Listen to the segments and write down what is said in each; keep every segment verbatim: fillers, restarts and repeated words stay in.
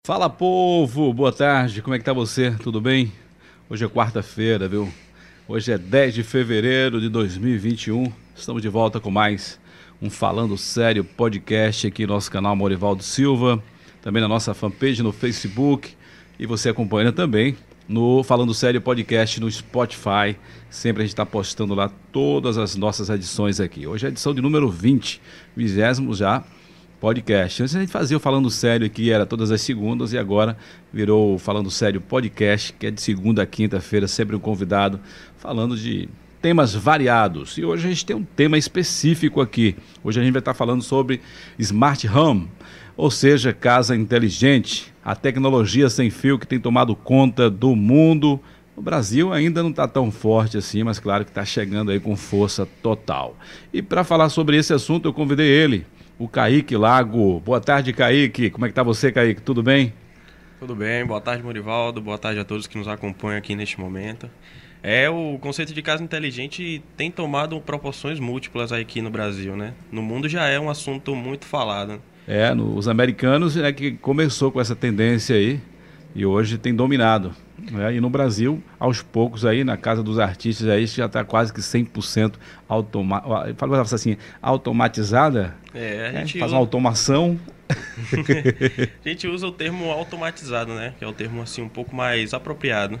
Fala, povo, boa tarde, como é que tá você? Tudo bem? Hoje é quarta-feira, viu? Hoje é dez de fevereiro de dois mil e vinte e um. Estamos de volta com mais um Falando Sério podcast aqui no nosso canal Morivaldo Silva, também na nossa fanpage no Facebook, e você acompanha também no Falando Sério podcast no Spotify. Sempre a gente está postando lá todas as nossas edições aqui. Hoje é a edição de número vinte, vigésimo já podcast. Antes a gente fazia o Falando Sério aqui, era todas as segundas, e agora virou o Falando Sério podcast, que é de segunda a quinta-feira, sempre um convidado falando de temas variados. E hoje a gente tem um tema específico aqui. Hoje a gente vai estar falando sobre Smart Home, ou seja, casa inteligente, a tecnologia sem fio que tem tomado conta do mundo. O Brasil ainda não está tão forte assim, mas claro que está chegando aí com força total. E para falar sobre esse assunto eu convidei ele, o Kaique Lago. Boa tarde, Kaique. Como é que tá você, Kaique? Tudo bem? Tudo bem. Boa tarde, Morivaldo. Boa tarde a todos que nos acompanham aqui neste momento. É, o conceito de casa inteligente tem tomado proporções múltiplas aqui no Brasil, né? No mundo já é um assunto muito falado. É, no, os americanos é que começou com essa tendência aí e hoje tem dominado. É, e no Brasil, aos poucos aí, na casa dos artistas aí, já está quase que cem por cento automa fala assim, automatizada. É, a gente é, faz usa... uma automação. A gente usa o termo automatizado, né? Que é o termo assim um pouco mais apropriado.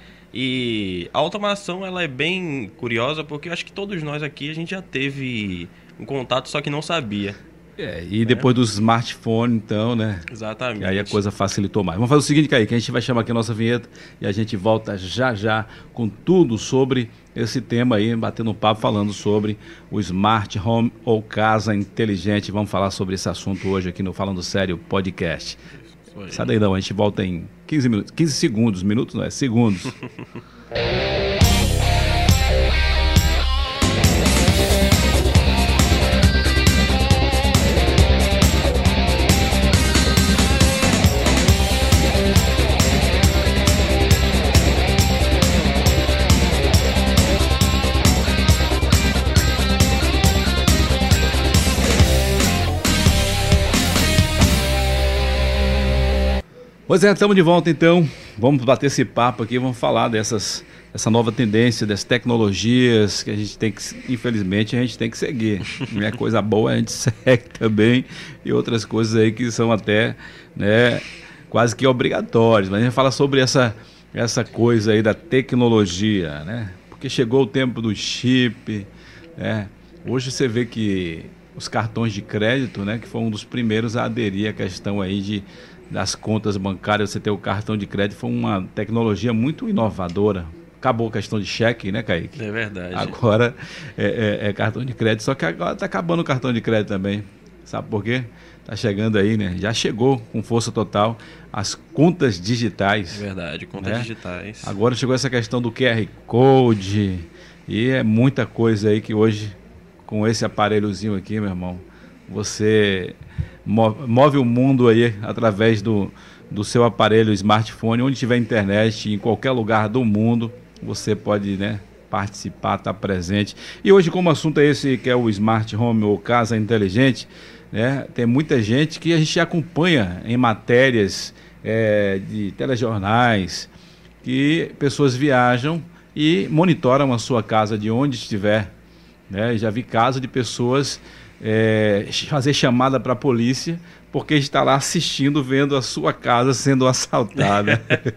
E a automação, ela é bem curiosa porque eu acho que todos nós aqui a gente já teve um contato, só que não sabia. É, e depois é. do smartphone, então, né? Exatamente. E aí a coisa facilitou mais. Vamos fazer o seguinte, Kaique, a gente vai chamar aqui a nossa vinheta e a gente volta já já com tudo sobre esse tema aí, batendo um papo, falando sobre o Smart Home ou casa inteligente. Vamos falar sobre esse assunto hoje aqui no Falando Sério podcast. Sai daí não, a gente volta em quinze minutos, quinze segundos, minutos não é, segundos. Pois é, estamos de volta então, vamos bater esse papo aqui, vamos falar dessas, dessa nova tendência, das tecnologias que a gente tem que, infelizmente, a gente tem que seguir. Não é coisa boa, a gente segue também, e outras coisas aí que são até, né, quase que obrigatórias. Mas a gente fala sobre essa, essa coisa aí da tecnologia, né, porque chegou o tempo do chip, né, hoje você vê que os cartões de crédito, né, que foi um dos primeiros a aderir à questão aí de das contas bancárias, você ter o cartão de crédito, foi uma tecnologia muito inovadora. Acabou a questão de cheque, né, Kaique? É verdade. Agora é, é, é cartão de crédito, só que agora está acabando o cartão de crédito também. Sabe por quê? Está chegando aí, né? Já chegou com força total as contas digitais. É verdade, contas né? digitais. Agora chegou essa questão do Q R Code e é muita coisa aí que hoje, com esse aparelhozinho aqui, meu irmão, você move o mundo aí através do, do seu aparelho smartphone, onde tiver internet, em qualquer lugar do mundo, você pode, né, participar, estar presente. E hoje, como o assunto é esse, que é o Smart Home ou casa inteligente, né, tem muita gente que a gente acompanha em matérias é, de telejornais, que pessoas viajam e monitoram a sua casa de onde estiver. Né? Já vi casos de pessoas É, fazer chamada para a polícia porque está lá assistindo, vendo a sua casa sendo assaltada.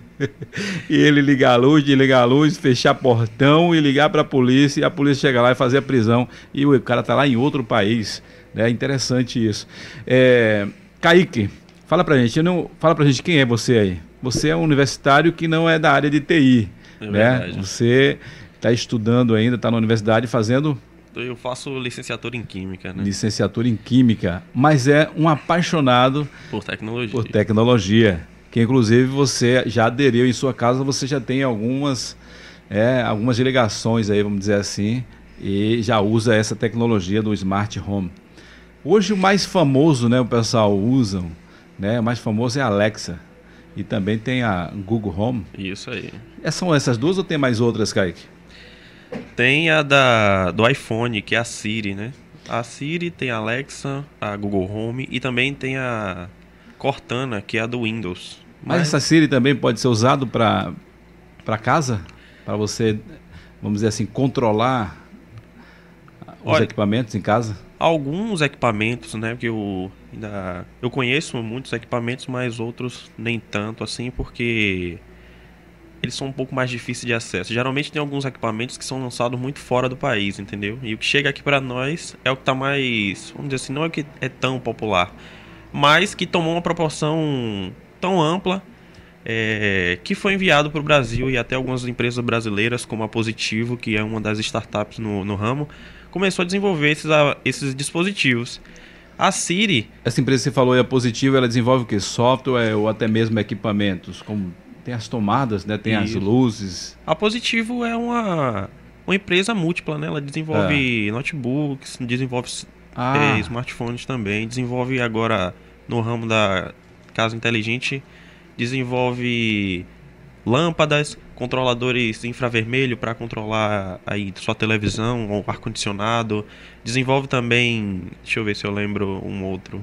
E ele ligar a luz, desligar a luz, fechar portão e ligar para a polícia, e a polícia chegar lá e fazer a prisão, e o cara está lá em outro país. É interessante isso. É, Kaique, fala pra gente, não, fala pra gente quem é você aí. Você é um universitário que não é da área de T I. É né? verdade. Você está estudando ainda, está na universidade fazendo... Eu faço licenciatura em Química, né? Licenciatura em Química, mas é um apaixonado por tecnologia. Por tecnologia, que inclusive você já aderiu em sua casa, você já tem algumas, é, algumas ligações aí, vamos dizer assim, e já usa essa tecnologia do Smart Home. Hoje o mais famoso, né, o pessoal usa, né, o mais famoso é a Alexa, e também tem a Google Home. Isso aí. São essas duas ou tem mais outras, Kaique? Tem a da, do iPhone, que é a Siri, né? A Siri, tem a Alexa, a Google Home e também tem a, Cortana, que é a do Windows. Mas, Mas essa Siri também pode ser usado para para casa? Para você, vamos dizer assim, controlar os Olha, equipamentos em casa? Alguns equipamentos, né? Porque eu, ainda, eu conheço muitos equipamentos, mas outros nem tanto assim, porque eles são um pouco mais difíceis de acesso. Geralmente tem alguns equipamentos que são lançados muito fora do país, entendeu? E o que chega aqui para nós é o que está mais, vamos dizer assim, não é o que é tão popular, mas que tomou uma proporção tão ampla, é, que foi enviado para o Brasil, e até algumas empresas brasileiras, como a Positivo, que é uma das startups no, no ramo, começou a desenvolver esses, a, esses dispositivos. A Siri... Essa empresa que você falou, é a Positivo, ela desenvolve o quê? Software ou até mesmo equipamentos? Como tem as tomadas, né? Tem Isso. as luzes. A Positivo é uma, uma empresa múltipla, né? Ela desenvolve é. notebooks, desenvolve ah. é, smartphones também, desenvolve agora no ramo da casa inteligente, desenvolve lâmpadas, controladores infravermelho para controlar aí sua televisão ou ar-condicionado. Desenvolve também, deixa eu ver se eu lembro um outro,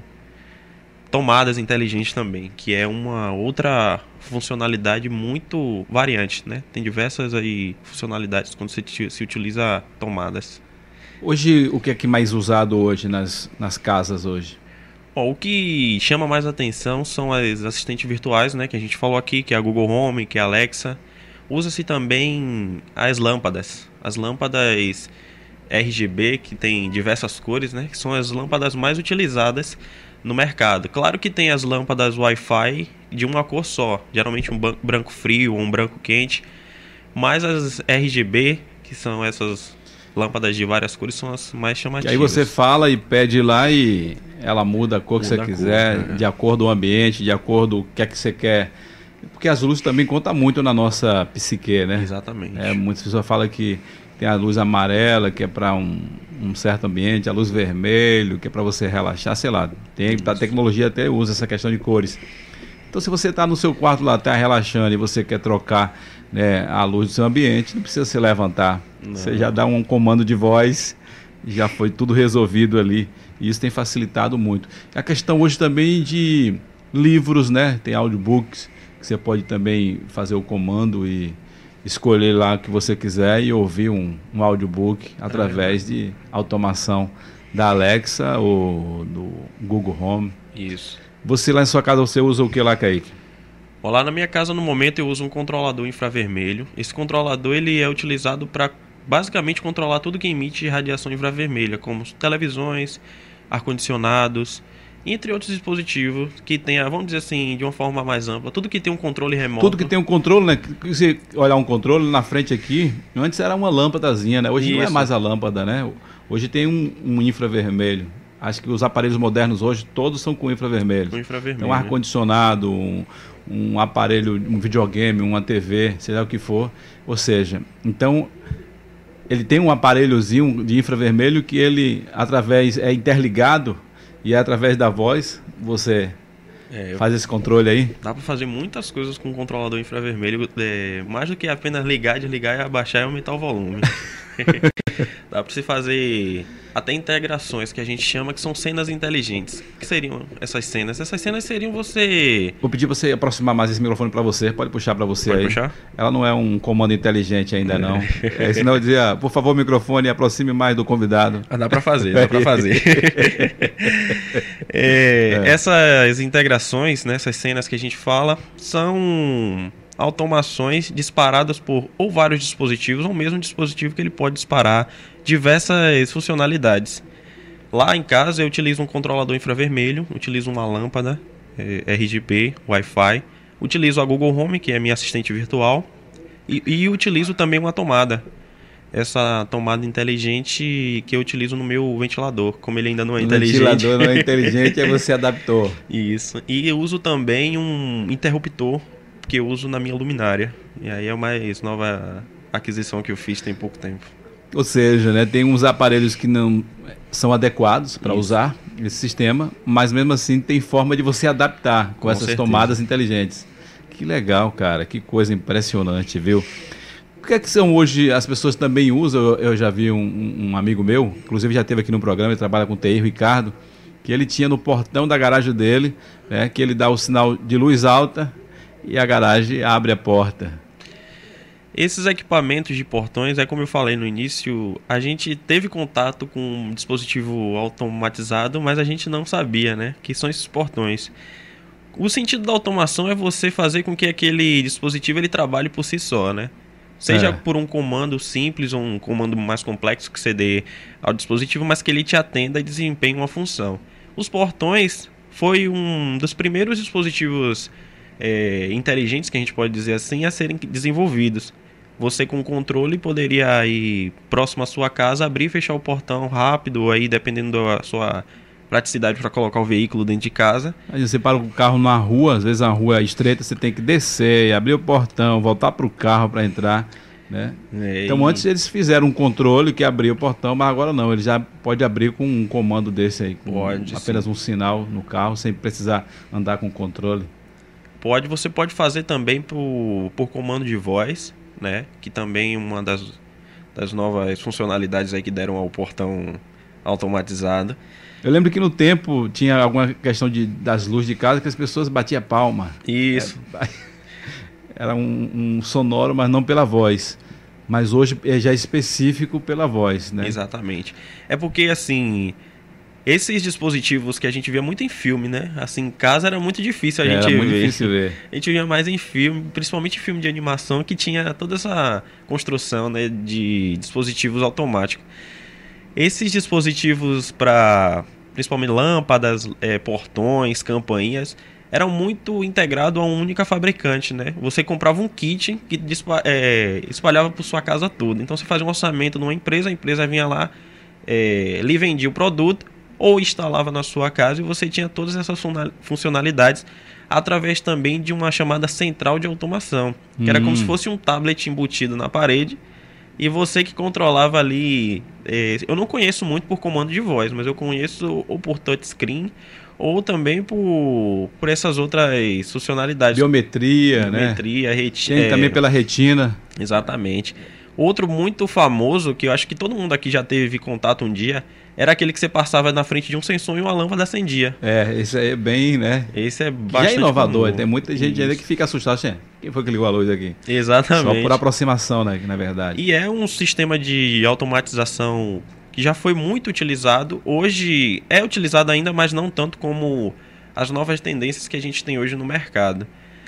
tomadas inteligentes também, que é uma outra funcionalidade muito variante, né? Tem diversas aí funcionalidades quando você se utiliza tomadas. Hoje, o que é que mais usado hoje nas, nas casas hoje? Ó, o que chama mais atenção são as assistentes virtuais, né? Que a gente falou aqui, que é a Google Home, que é a Alexa. Usa-se também as lâmpadas. As lâmpadas R G B, que tem diversas cores, né? Que são as lâmpadas mais utilizadas no mercado. Claro que tem as lâmpadas Wi-Fi de uma cor só, geralmente um branco frio ou um branco quente, mas as R G B, que são essas lâmpadas de várias cores, são as mais chamativas. E aí você fala e pede lá e ela muda a cor muda que você quiser, cor, né? De acordo com o ambiente, de acordo com o que é que você quer. Porque as luzes também contam muito na nossa psique, né? Exatamente. É, muitas pessoas falam que tem a luz amarela, que é para um, um certo ambiente, a luz vermelho, que é para você relaxar, sei lá. Tem, a tecnologia até usa essa questão de cores. Então, se você está no seu quarto lá, está relaxando e você quer trocar, né, a luz do seu ambiente, não precisa se levantar. Não. Você já dá um comando de voz, já foi tudo resolvido ali. E isso tem facilitado muito. A questão hoje também de livros, né? Tem audiobooks, que você pode também fazer o comando e escolher lá o que você quiser e ouvir um, um audiobook através é. de automação da Alexa ou do Google Home. Isso. Você lá em sua casa, você usa o que lá, Kaique? Lá na minha casa, no momento, eu uso um controlador infravermelho. Esse controlador ele é utilizado para basicamente controlar tudo que emite radiação infravermelha, como televisões, ar-condicionados, entre outros dispositivos que tenha, vamos dizer assim, de uma forma mais ampla, tudo que tem um controle remoto. Tudo que tem um controle, né? Você olhar um controle na frente aqui, antes era uma lâmpadazinha, né? Hoje Isso. não é mais a lâmpada, né? Hoje tem um, um infravermelho. Acho que os aparelhos modernos hoje todos são com infravermelho. Com infravermelho. Então, um ar-condicionado, um, um aparelho, um videogame, uma T V, seja o que for. Ou seja, então ele tem um aparelhozinho de infravermelho que ele, através, é interligado e é através da voz você é, faz esse controle aí. Dá para fazer muitas coisas com o controlador infravermelho, é, mais do que apenas ligar, desligar, abaixar e aumentar o volume. Dá para se fazer até integrações que a gente chama, que são cenas inteligentes. O que seriam essas cenas? Essas cenas seriam você... Vou pedir você aproximar mais esse microfone para você. Pode puxar para você. Pode aí puxar? Ela não é um comando inteligente ainda, não. É, senão eu dizia, por favor, microfone, aproxime mais do convidado. Ah, dá para fazer, dá para fazer. é, é. Essas integrações, né, essas cenas que a gente fala, são automações disparadas por ou vários dispositivos, ou mesmo um dispositivo que ele pode disparar diversas funcionalidades. Lá em casa eu utilizo um controlador infravermelho, utilizo uma lâmpada é, R G B, Wi-Fi, utilizo a Google Home, que é minha assistente virtual, e, e utilizo também uma tomada. Essa tomada inteligente que eu utilizo no meu ventilador, como ele ainda não é o inteligente. O ventilador não é inteligente, aí você adaptou. Isso. E eu uso também um interruptor que eu uso na minha luminária. E aí é uma nova aquisição que eu fiz tem pouco tempo. Ou seja, né, tem uns aparelhos que não são adequados para usar esse sistema, mas mesmo assim tem forma de você adaptar com, com essas certeza. Tomadas inteligentes. Que legal, cara. Que coisa impressionante, viu? O que é que são hoje, as pessoas também usam, eu, eu já vi um, um amigo meu, inclusive já esteve aqui no programa, ele trabalha com T I, o Ricardo, que ele tinha no portão da garagem dele, né, que ele dá o sinal de luz alta e a garagem abre a porta. Esses equipamentos de portões, é como eu falei no início, a gente teve contato com um dispositivo automatizado, mas a gente não sabia, né, que são esses portões. O sentido da automação é você fazer com que aquele dispositivo ele trabalhe por si só, né? Seja é. por um comando simples ou um comando mais complexo que você dê ao dispositivo, mas que ele te atenda e desempenhe uma função. Os portões foi um dos primeiros dispositivos é, inteligentes, que a gente pode dizer assim, a serem desenvolvidos. Você com o controle poderia ir próximo à sua casa, abrir e fechar o portão rápido, aí dependendo da sua praticidade para colocar o veículo dentro de casa. Aí você para o carro na rua, às vezes a rua é estreita, você tem que descer, abrir o portão, voltar para o carro para entrar, né? É, então antes eles fizeram um controle que abria o portão, mas agora não, ele já pode abrir com um comando desse aí, com pode, apenas sim. um sinal no carro, sem precisar andar com o controle. Pode, você pode fazer também por, por comando de voz, né? Que também é uma das, das novas funcionalidades aí que deram ao portão automatizado. Eu lembro que no tempo tinha alguma questão de, das luzes de casa que as pessoas batiam palma. Isso. Era, era um, um sonoro, mas não pela voz. Mas hoje é já específico pela voz, né? Exatamente. É porque, assim, esses dispositivos que a gente via muito em filme, né? Assim, em casa era muito difícil a gente ver. Era muito ver. difícil ver. A gente via mais em filme, principalmente filme de animação, que tinha toda essa construção, né, de dispositivos automáticos. Esses dispositivos para, principalmente lâmpadas, é, portões, campainhas, eram muito integrados a uma única fabricante, né? Você comprava um kit que é, espalhava por sua casa toda. Então você fazia um orçamento numa empresa, a empresa vinha lá, é, lhe vendia o produto ou instalava na sua casa e você tinha todas essas funcionalidades através também de uma chamada central de automação, que hum. era como se fosse um tablet embutido na parede. E você que controlava ali, é, eu não conheço muito por comando de voz, mas eu conheço ou por touchscreen ou também por, por essas outras funcionalidades. Biometria, Biometria, né? retina. Tem também pela retina. Exatamente. Outro muito famoso, que eu acho que todo mundo aqui já teve contato um dia, era aquele que você passava na frente de um sensor e uma lâmpada acendia. É, esse aí é bem, né? Esse é bastante já é inovador, comum. Tem muita gente ainda que fica assustada. Assim, quem foi que ligou a luz aqui? Exatamente. Só por aproximação, né, na verdade. E é um sistema de automatização que já foi muito utilizado. Hoje é utilizado ainda, mas não tanto como as novas tendências que a gente tem hoje no mercado.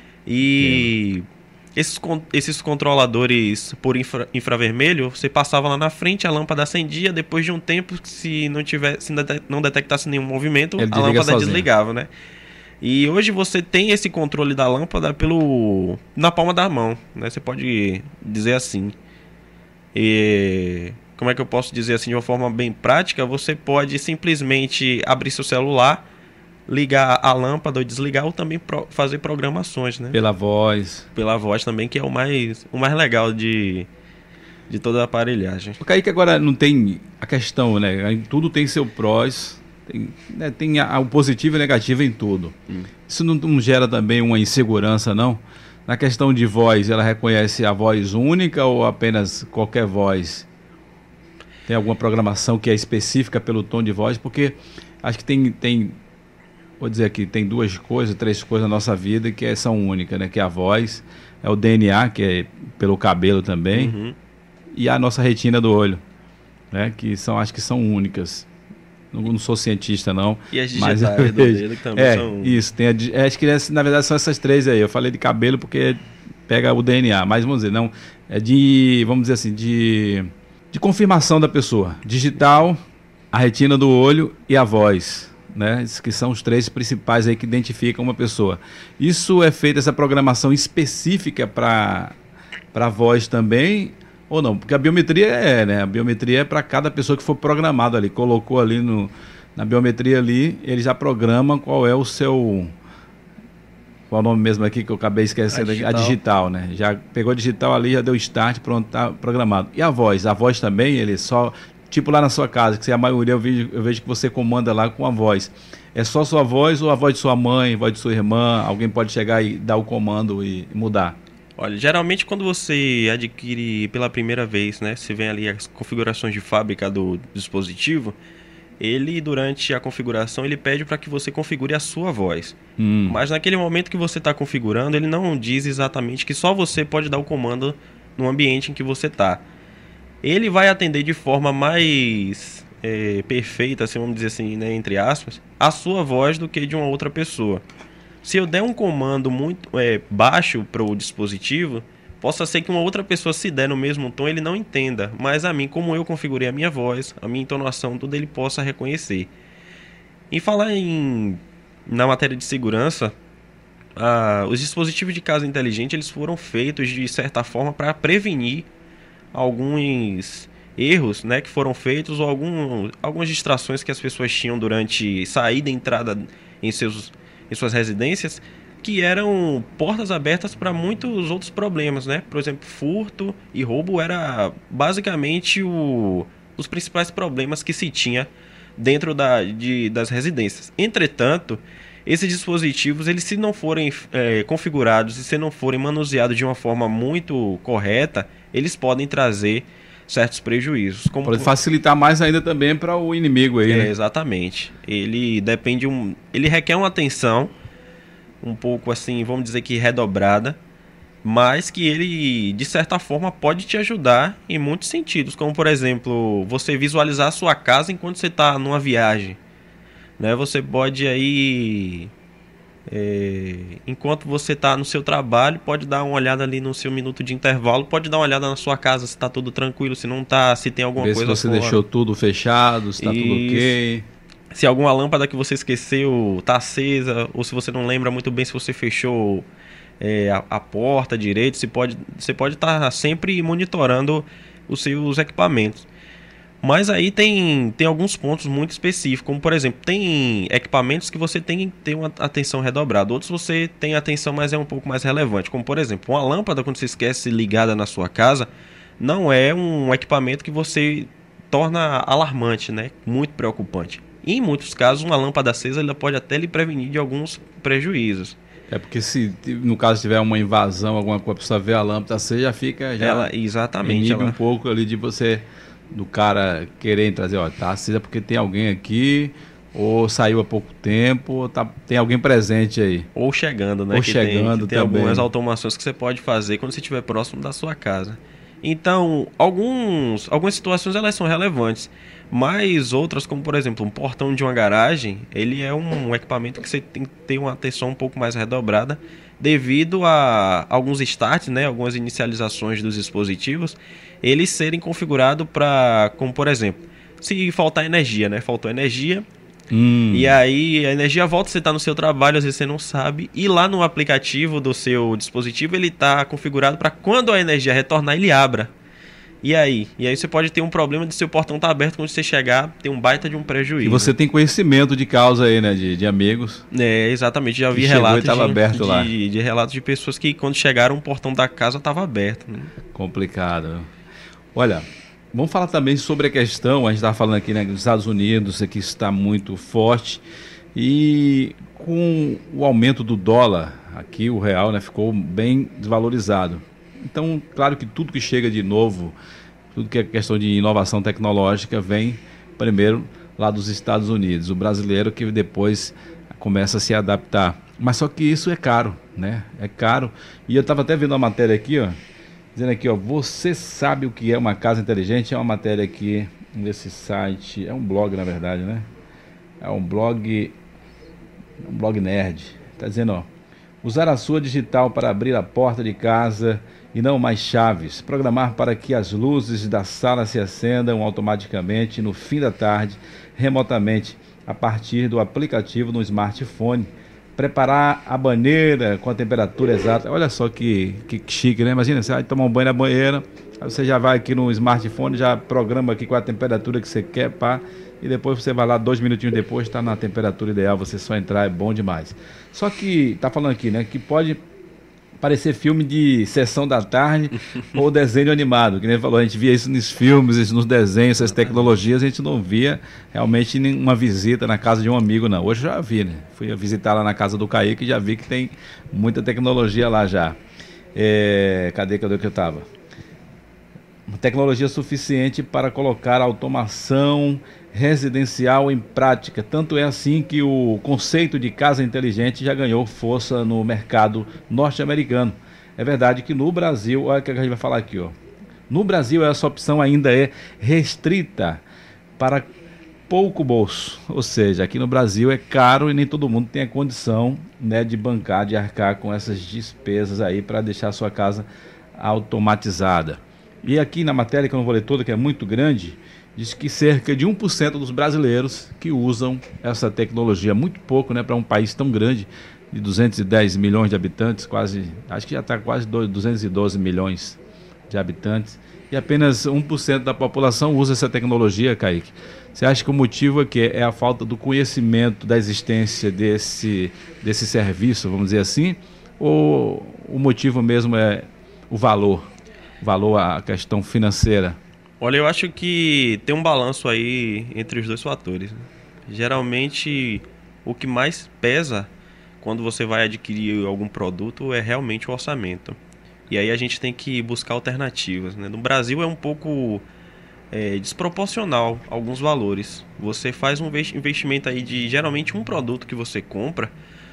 E... É. Esses, esses controladores por infra, infravermelho, você passava lá na frente, a lâmpada acendia, depois de um tempo, se não, tiver, se não detectasse nenhum movimento, Ele a lâmpada sozinho. desligava, né? E hoje você tem esse controle da lâmpada pelo, na palma da mão, né? Você pode dizer assim. E, como é que eu posso dizer assim de uma forma bem prática? Você pode simplesmente abrir seu celular, ligar a lâmpada ou desligar, ou também pro, fazer programações, né? Pela voz. Pela voz também, que é o mais, o mais legal de, de toda a aparelhagem. Porque aí que agora não tem a questão, né? Tudo tem seu prós, tem, né? tem a, a, o positivo e o negativo em tudo. Hum. Isso não, não gera também uma insegurança, não? Na questão de voz, ela reconhece a voz única ou apenas qualquer voz? Tem alguma programação que é específica pelo tom de voz? Porque acho que tem... tem vou dizer aqui, tem duas coisas, três coisas na nossa vida que é, são únicas, né? Que é a voz, é o D N A, que é pelo cabelo também, uhum. e a nossa retina do olho, né? Que são, acho que são únicas. Não, não sou cientista, não. E as digitais mas, do dedo que também é, são... Isso, tem a, acho que na verdade são essas três aí. Eu falei de cabelo porque pega o D N A, mas vamos dizer, não, é de, vamos dizer assim, de, de confirmação da pessoa. Digital, a retina do olho e a voz. Né? Esses que são os três principais aí que identificam uma pessoa. Isso é feita, essa programação específica para a voz também, ou não? Porque a biometria é, né? A biometria é para cada pessoa que for programado ali. Colocou ali no, na biometria ali, ele já programa qual é o seu... Qual é o nome mesmo aqui que eu acabei esquecendo? A digital, a digital, né? Já pegou a digital ali, já deu start, pronto, tá programado. E a voz? A voz também, ele só... Tipo lá na sua casa, que a maioria eu vejo, eu vejo que você comanda lá com a voz. É só sua voz ou a voz de sua mãe, a voz de sua irmã? Alguém pode chegar e dar o comando e mudar? Olha, geralmente quando você adquire pela primeira vez, né? Você vem ali as configurações de fábrica do dispositivo, ele, durante a configuração, ele pede para que você configure a sua voz. Hum. Mas naquele momento que você está configurando, ele não diz exatamente que só você pode dar o comando no ambiente em que você está. Ele vai atender de forma mais é, perfeita, assim, vamos dizer assim, né, entre aspas, a sua voz do que de uma outra pessoa. Se eu der um comando muito é, baixo para o dispositivo, possa ser que uma outra pessoa, se der no mesmo tom, ele não entenda. Mas a mim, como eu configurei a minha voz, a minha entonação, tudo, ele possa reconhecer. Em falar em, na matéria de segurança, ah, os dispositivos de casa inteligente, eles foram feitos de certa forma para prevenir alguns erros, né, que foram feitos, ou algum, algumas distrações que as pessoas tinham durante saída e entrada em, seus, em suas residências, que eram portas abertas para muitos outros problemas, né? Por exemplo, furto e roubo era basicamente o, os principais problemas que se tinha dentro da, de, das residências. Entretanto, esses dispositivos, eles, se não forem é, configurados e se não forem manuseados de uma forma muito correta, eles podem trazer certos prejuízos. Como Pode facilitar mais ainda também para o inimigo aí, é, né? Exatamente. Ele depende um, ele requer uma atenção um pouco assim, vamos dizer que redobrada, mas que ele, de certa forma, pode te ajudar em muitos sentidos, como, por exemplo, você visualizar a sua casa enquanto você está numa viagem, né? Você pode aí, é, enquanto você está no seu trabalho, pode dar uma olhada ali no seu minuto de intervalo, pode dar uma olhada na sua casa, se está tudo tranquilo, se não está, se tem alguma Ver coisa se você fora. deixou tudo fechado, se está tudo ok. Se alguma lâmpada que você esqueceu está acesa, ou se você não lembra muito bem se você fechou é, a, a porta direito, você pode você pode estar sempre monitorando os seus equipamentos. Mas aí tem, tem alguns pontos muito específicos, como por exemplo, tem equipamentos que você tem que ter uma atenção redobrada, outros você tem atenção, mas é um pouco mais relevante, como por exemplo, uma lâmpada, quando você esquece ligada na sua casa, não é um equipamento que você torna alarmante, né? Muito preocupante. E, em muitos casos, uma lâmpada acesa ela pode até lhe prevenir de alguns prejuízos. É porque se no caso tiver uma invasão, alguma coisa, a pessoa vê a lâmpada acesa, já fica... Já ela, exatamente. Inibe Ela... um pouco ali de você, do cara querer trazer, ó, tá acesa porque tem alguém aqui, ou saiu há pouco tempo, ou tá, tem alguém presente aí. Ou chegando, né? Ou que chegando tem, que tem também. algumas automações que você pode fazer quando você estiver próximo da sua casa. Então, alguns, algumas situações elas são relevantes, mas outras, como por exemplo, um portão de uma garagem, ele é um equipamento que você tem que ter uma atenção um pouco mais redobrada, devido a alguns starts, né, algumas inicializações dos dispositivos, eles serem configurados para, como por exemplo, se faltar energia, né, faltou energia, Hum. e aí a energia volta, você está no seu trabalho, às vezes você não sabe, e lá no aplicativo do seu dispositivo ele está configurado para quando a energia retornar ele abra. E aí? E aí você pode ter um problema de seu portão estar tá aberto, quando você chegar tem um baita de um prejuízo. E você tem conhecimento de causa aí, né, de, de amigos. É, exatamente, já vi que chegou e relatos tava de, aberto de, lá. De, de relatos de pessoas que quando chegaram o portão da casa estava aberto, né? Complicado. Olha, vamos falar também sobre a questão, a gente estava falando aqui, né, dos Estados Unidos, aqui está muito forte, e com o aumento do dólar, aqui o real, né, ficou bem desvalorizado. Então, claro que tudo que chega de novo, tudo que é questão de inovação tecnológica, vem primeiro lá dos Estados Unidos. O brasileiro que depois começa a se adaptar. Mas só que isso é caro, né? É caro. E eu estava até vendo uma matéria aqui, ó, dizendo aqui, ó, você sabe o que é uma casa inteligente? É uma matéria aqui nesse site, é um blog na verdade, né? É um blog, um blog nerd. Está dizendo, ó, usar a sua digital para abrir a porta de casa e não mais chaves. Programar para que as luzes da sala se acendam automaticamente no fim da tarde, remotamente, a partir do aplicativo no smartphone. Preparar a banheira com a temperatura exata. Olha só que, que chique, né? Imagina, você vai tomar um banho na banheira, aí você já vai aqui no smartphone, já programa aqui com a temperatura que você quer, pá, e depois você vai lá, dois minutinhos depois, está na temperatura ideal, você só entrar, é bom demais. Só que, tá falando aqui, né, que pode parecer filme de sessão da tarde ou desenho animado, que nem falou, a gente via isso nos filmes, isso nos desenhos, essas tecnologias, a gente não via realmente nenhuma visita na casa de um amigo, não. Hoje já vi, né? Fui visitar lá na casa do Kaique e já vi que tem muita tecnologia lá já. É... Cadê, cadê que eu estava? tecnologia suficiente para colocar a automação residencial em prática. Tanto é assim que o conceito de casa inteligente já ganhou força no mercado norte-americano. É verdade que no Brasil, olha o que a gente vai falar aqui, ó. No Brasil essa opção ainda é restrita para pouco bolso, ou seja, aqui no Brasil é caro e nem todo mundo tem a condição, né, de bancar, de arcar com essas despesas aí para deixar a sua casa automatizada. E aqui na matéria, que eu não vou ler toda, que é muito grande, diz que cerca de um por cento dos brasileiros que usam essa tecnologia, muito pouco, né, para um país tão grande, de duzentos e dez milhões de habitantes, quase, acho que já está quase duzentos e doze milhões de habitantes, e apenas um por cento da população usa essa tecnologia, Kaique. Você acha que o motivo é, que é a falta do conhecimento da existência desse, desse serviço, vamos dizer assim, ou o motivo mesmo é o valor, o valor, a questão financeira? Olha, eu acho que tem um balanço aí entre os dois fatores, né? Geralmente, o que mais pesa quando você vai adquirir algum produto é realmente o orçamento. E aí a gente tem que buscar alternativas, né? No Brasil é um pouco é, desproporcional alguns valores. Você faz um investimento aí de geralmente um produto que você compra,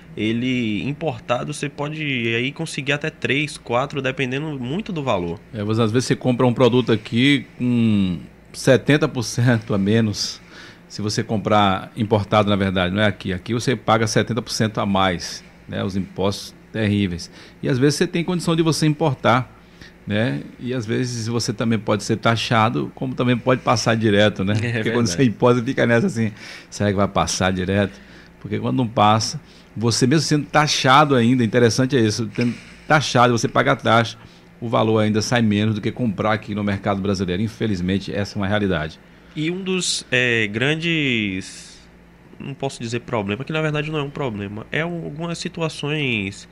ele importado você pode aí conseguir até três, quatro, dependendo muito do valor. É, às vezes você compra um produto aqui com setenta por cento a menos, se você comprar importado, na verdade, não é aqui. Aqui você paga setenta por cento a mais, né? Os impostos terríveis. E às vezes você tem condição de você importar, né? E às vezes você também pode ser taxado, como também pode passar direto, né? É Porque verdade. quando você importa, fica nessa assim, será que vai passar direto? Porque quando não passa, você mesmo sendo taxado ainda, interessante é isso, tendo taxado, você paga a taxa, o valor ainda sai menos do que comprar aqui no mercado brasileiro. Infelizmente, essa é uma realidade. E um dos é, grandes, não posso dizer problema, que na verdade não é um problema, é um, algumas situações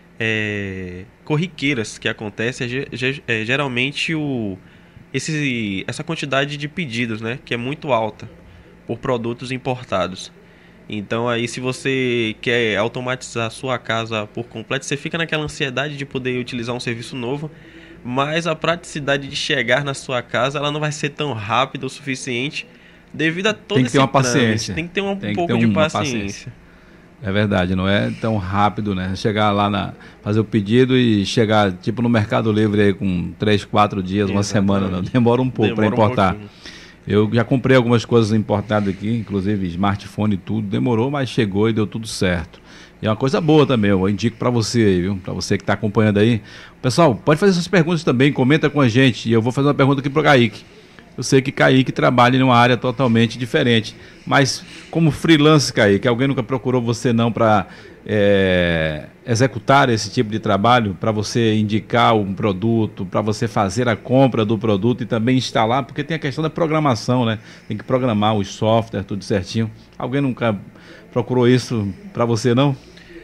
é, corriqueiras que acontecem, é, é, geralmente o, esse, essa quantidade de pedidos, né, que é muito alta por produtos importados. Então aí, se você quer automatizar a sua casa por completo, você fica naquela ansiedade de poder utilizar um serviço novo, mas a praticidade de chegar na sua casa, ela não vai ser tão rápida o suficiente devido a todo Tem que esse ter uma trâmite. paciência. Tem que ter um Tem que pouco ter de uma paciência. paciência. É verdade, não é tão rápido, né? Chegar lá, na, fazer o pedido e chegar, tipo no Mercado Livre aí com três, quatro dias, uma semana, não. Demora um pouco para importar. Um Eu já comprei algumas coisas importadas aqui, inclusive smartphone e tudo, demorou, mas chegou e deu tudo certo. E é uma coisa boa também, eu indico para você aí, viu? Para você que está acompanhando aí. Pessoal, pode fazer suas perguntas também, comenta com a gente. E eu vou fazer uma pergunta aqui para o Kaique. Eu sei que Kaique trabalha em uma área totalmente diferente, mas como freelance, Kaique, alguém nunca procurou você não para é, executar esse tipo de trabalho, para você indicar um produto, para você fazer a compra do produto e também instalar, porque tem a questão da programação, né? Tem que programar os softwares, tudo certinho. Alguém nunca procurou isso para você não?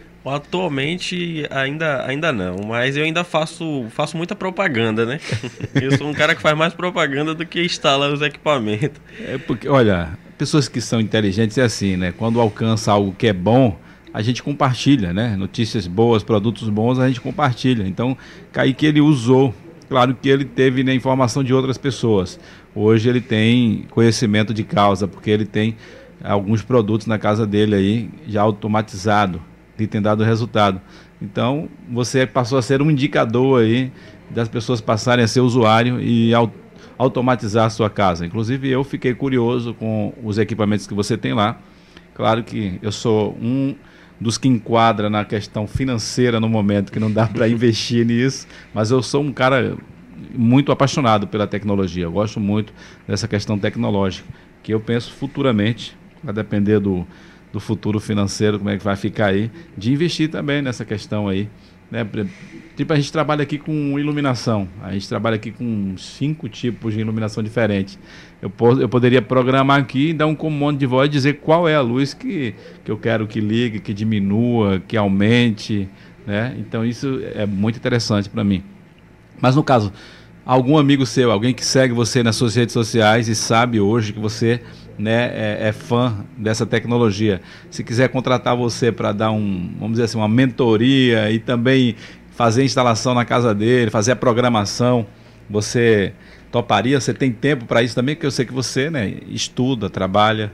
Atualmente ainda, ainda não, mas eu ainda faço, faço muita propaganda, né? Eu sou um cara que faz mais propaganda do que instala os equipamentos. É porque, olha, pessoas que são inteligentes é assim, né? Quando alcança algo que é bom, a gente compartilha, né? Notícias boas, produtos bons, a gente compartilha. Então, Kaique, ele usou, claro que ele teve, né, informação de outras pessoas. Hoje ele tem conhecimento de causa, porque ele tem alguns produtos na casa dele aí, já automatizado, e tem dado resultado. Então, você passou a ser um indicador aí das pessoas passarem a ser usuário e au automatizar a sua casa. Inclusive, eu fiquei curioso com os equipamentos que você tem lá. Claro que eu sou um dos que enquadra na questão financeira no momento, que não dá para investir nisso, mas eu sou um cara muito apaixonado pela tecnologia. Eu gosto muito dessa questão tecnológica, que eu penso futuramente, vai depender do do futuro financeiro, como é que vai ficar aí, de investir também nessa questão aí, né? Tipo, a gente trabalha aqui com iluminação, a gente trabalha aqui com cinco tipos de iluminação diferentes. Eu, eu poderia programar aqui, dar um comando de voz e dizer qual é a luz que, que eu quero que ligue, que diminua, que aumente, né? Então isso é muito interessante para mim. Mas no caso, algum amigo seu, alguém que segue você nas suas redes sociais e sabe hoje que você, né, é, é fã dessa tecnologia, se quiser contratar você para dar um, vamos dizer assim, uma mentoria e também fazer a instalação na casa dele, fazer a programação, Você toparia? Você tem tempo para isso também? Porque eu sei que você, né, estuda, trabalha.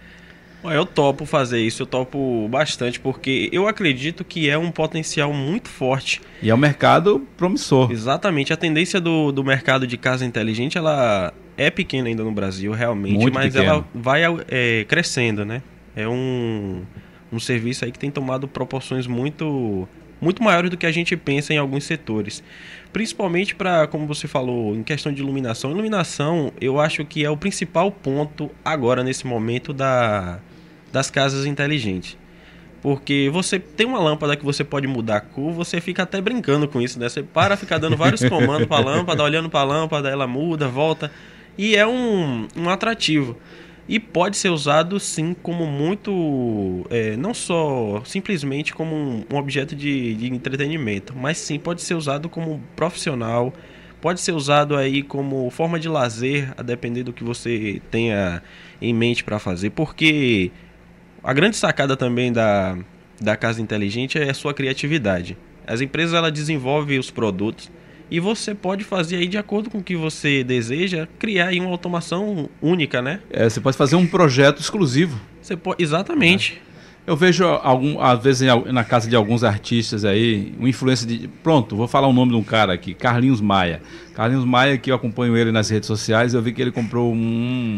Eu topo fazer isso, eu topo bastante, porque eu acredito que é um potencial muito forte. E é um mercado promissor. Exatamente, a tendência do, do mercado de casa inteligente, ela é pequena ainda no Brasil, realmente, muito mas pequeno. Ela vai é, crescendo, né? É um, um serviço aí que tem tomado proporções muito, muito maiores do que a gente pensa em alguns setores. Principalmente para, como você falou, em questão de iluminação. Iluminação, eu acho que é o principal ponto agora, nesse momento, da... das casas inteligentes. Porque você tem uma lâmpada que você pode mudar a cor, você fica até brincando com isso, né? Você para, fica dando vários comandos para a lâmpada, olhando para a lâmpada, ela muda, volta. E é um, um atrativo. E pode ser usado, sim, como muito... É, não só simplesmente como um, um objeto de, de entretenimento, mas sim pode ser usado como profissional, pode ser usado aí como forma de lazer, a depender do que você tenha em mente para fazer. Porque... a grande sacada também da, da casa inteligente é a sua criatividade. As empresas ela desenvolvem os produtos e você pode fazer aí de acordo com o que você deseja, criar aí uma automação única, né? É, você pode fazer um projeto exclusivo. Você pode, exatamente. É. Eu vejo algum, às vezes na casa de alguns artistas aí, uma influência de... Pronto, vou falar o nome de um cara aqui, Carlinhos Maia. Carlinhos Maia, que eu acompanho ele nas redes sociais, eu vi que ele comprou um...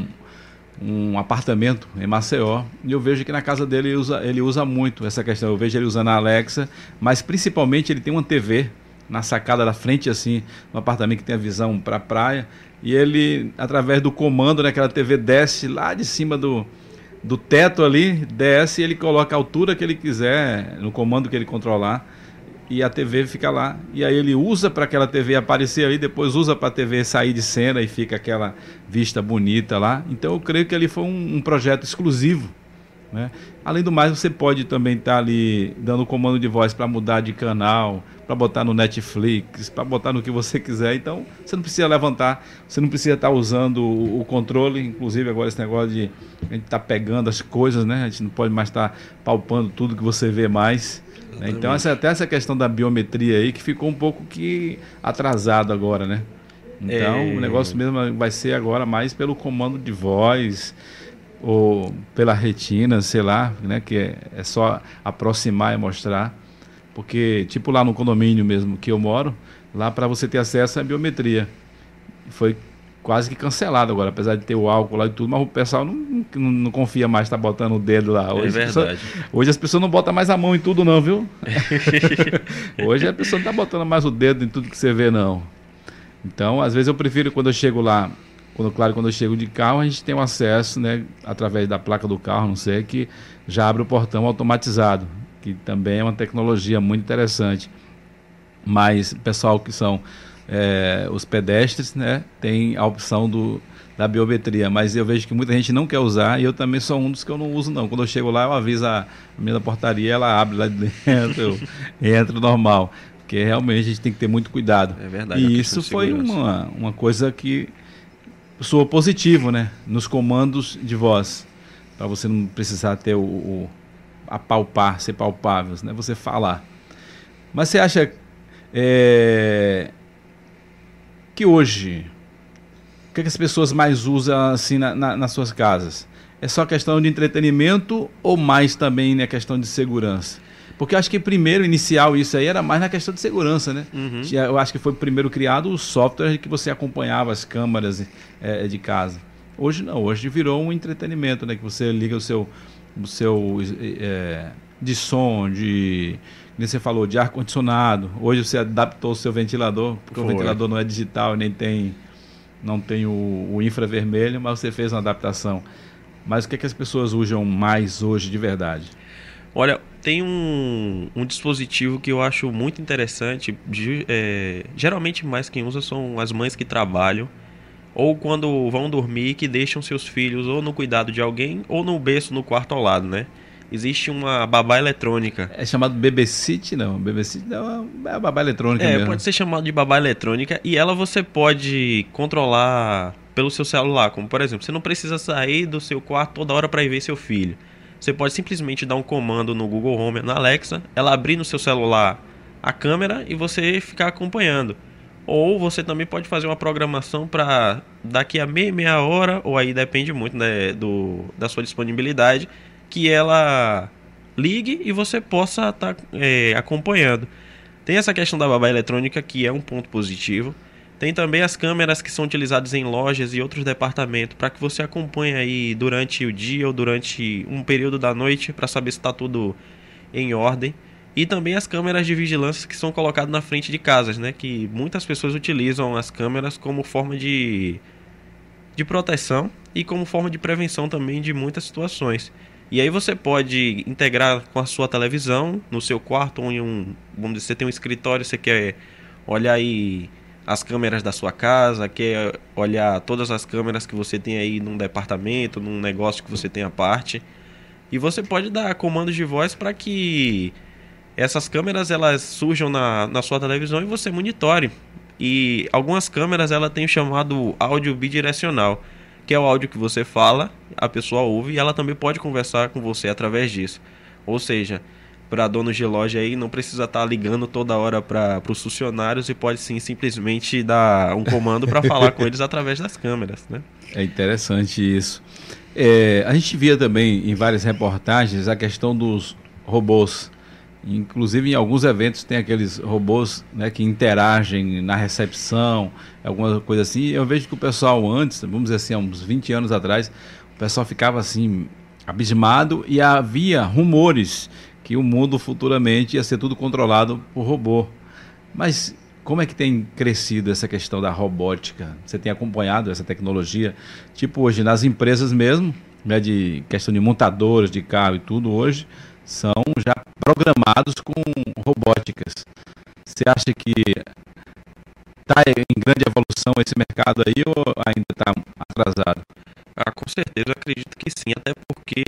um apartamento em Maceió, e eu vejo que na casa dele ele usa, ele usa muito essa questão. Eu vejo ele usando a Alexa, mas principalmente ele tem uma T V na sacada da frente, assim, um apartamento que tem a visão para a praia, e ele, através do comando, né, aquela T V desce lá de cima do, do teto ali, desce e ele coloca a altura que ele quiser, no comando que ele controlar, e a T V fica lá, e aí ele usa para aquela T V aparecer ali, depois usa para a T V sair de cena e fica aquela vista bonita lá. Então eu creio que ali foi um, um projeto exclusivo, né? Além do mais, você pode também estar tá ali dando comando de voz para mudar de canal, para botar no Netflix, para botar no que você quiser. Então você não precisa levantar, você não precisa estar tá usando o, o controle. Inclusive agora esse negócio de a gente tá pegando as coisas, né? A gente não pode mais estar tá palpando tudo que você vê mais. Exatamente. Então essa, até essa questão da biometria aí que ficou um pouco que atrasado agora, né? Então é... o negócio mesmo vai ser agora mais pelo comando de voz ou pela retina, sei lá, né? Que é, é só aproximar e mostrar. Porque tipo lá no condomínio mesmo que eu moro, lá para você ter acesso à biometria foi quase que cancelado agora, apesar de ter o álcool lá e tudo, mas o pessoal não, não, não confia mais, tá botando o dedo lá. Hoje, é verdade. Pessoa, hoje as pessoas não botam mais a mão em tudo não, viu? Hoje a pessoa não tá botando mais o dedo em tudo que você vê, não. Então, às vezes eu prefiro quando eu chego lá, quando, claro, quando eu chego de carro, a gente tem um acesso, né, através da placa do carro, não sei, que já abre o portão automatizado, que também é uma tecnologia muito interessante. Mas pessoal que são É, os pedestres, né, tem a opção do, da biometria, mas eu vejo que muita gente não quer usar e eu também sou um dos que eu não uso não. Quando eu chego lá, eu aviso a minha portaria, ela abre lá de dentro, eu entro normal, porque realmente a gente tem que ter muito cuidado. É verdade. E isso foi uma, uma coisa que soou positivo, né, nos comandos de voz, para você não precisar ter o, o apalpar, ser palpável, né, você falar. Mas você acha... É, que hoje, o que, é que as pessoas mais usam assim na, na, nas suas casas? É só questão de entretenimento ou mais também na, né, questão de segurança? Porque eu acho que primeiro, inicial, isso aí era mais na questão de segurança, né? Uhum. Eu acho que foi primeiro criado o software que você acompanhava as câmeras é, de casa. Hoje não, hoje virou um entretenimento, né? Que você liga o seu, o seu é, de som, de... como você falou, de ar-condicionado. Hoje você adaptou o seu ventilador, porque Foi. o ventilador não é digital, nem tem, não tem o, o infravermelho, mas você fez uma adaptação. Mas o que, é que as pessoas usam mais hoje de verdade? Olha, tem um, um dispositivo que eu acho muito interessante. De, é, geralmente mais quem usa são as mães que trabalham, ou quando vão dormir, que deixam seus filhos ou no cuidado de alguém, ou no berço no quarto ao lado, né? Existe uma babá eletrônica. É chamado Babysit, não? Babysit não, é a babá eletrônica é, mesmo. Pode ser chamado de babá eletrônica. E ela você pode controlar pelo seu celular. Como, por exemplo, você não precisa sair do seu quarto toda hora para ir ver seu filho. Você pode simplesmente dar um comando no Google Home, na Alexa, ela abrir no seu celular a câmera e você ficar acompanhando. Ou você também pode fazer uma programação para daqui a meia, meia hora, ou aí depende muito, né, do, da sua disponibilidade, que ela ligue e você possa estar tá, é, acompanhando. Tem essa questão da babá eletrônica, que é um ponto positivo. Tem também as câmeras que são utilizadas em lojas e outros departamentos para que você acompanhe aí durante o dia ou durante um período da noite para saber se está tudo em ordem. E também as câmeras de vigilância que são colocadas na frente de casas, né? Que muitas pessoas utilizam as câmeras como forma de, de proteção e como forma de prevenção também de muitas situações. E aí você pode integrar com a sua televisão no seu quarto ou em um... Vamos dizer, você tem um escritório, você quer olhar aí as câmeras da sua casa, quer olhar todas as câmeras que você tem aí num departamento, num negócio que você tem à parte. E você pode dar comandos de voz para que essas câmeras elas surjam na, na sua televisão e você monitore. E algumas câmeras ela tem o chamado áudio bidirecional, que é o áudio que você fala, a pessoa ouve e ela também pode conversar com você através disso. Ou seja, para donos de loja aí não precisa estar ligando toda hora para os funcionários e pode sim simplesmente dar um comando para falar com eles através das câmeras, né? É interessante isso. É, a gente via também em várias reportagens a questão dos robôs. Inclusive em alguns eventos tem aqueles robôs, né, que interagem na recepção, alguma coisa assim. Eu vejo que o pessoal antes, vamos dizer assim, há uns vinte anos atrás, o pessoal ficava assim abismado e havia rumores que o mundo futuramente ia ser tudo controlado por robô. Mas como é que tem crescido essa questão da robótica? Você tem acompanhado essa tecnologia? Tipo hoje nas empresas mesmo, né, de questão de montadoras de carro e tudo hoje, são já programados com robóticas. Você acha que está em grande evolução esse mercado aí ou ainda está atrasado? Ah, com certeza, eu acredito que sim, até porque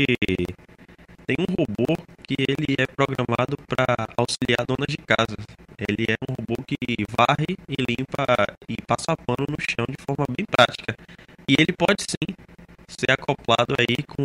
tem um robô que ele é programado para auxiliar donas de casa. Ele é um robô que varre e limpa e passa pano no chão de forma bem prática. E ele pode sim ser acoplado aí com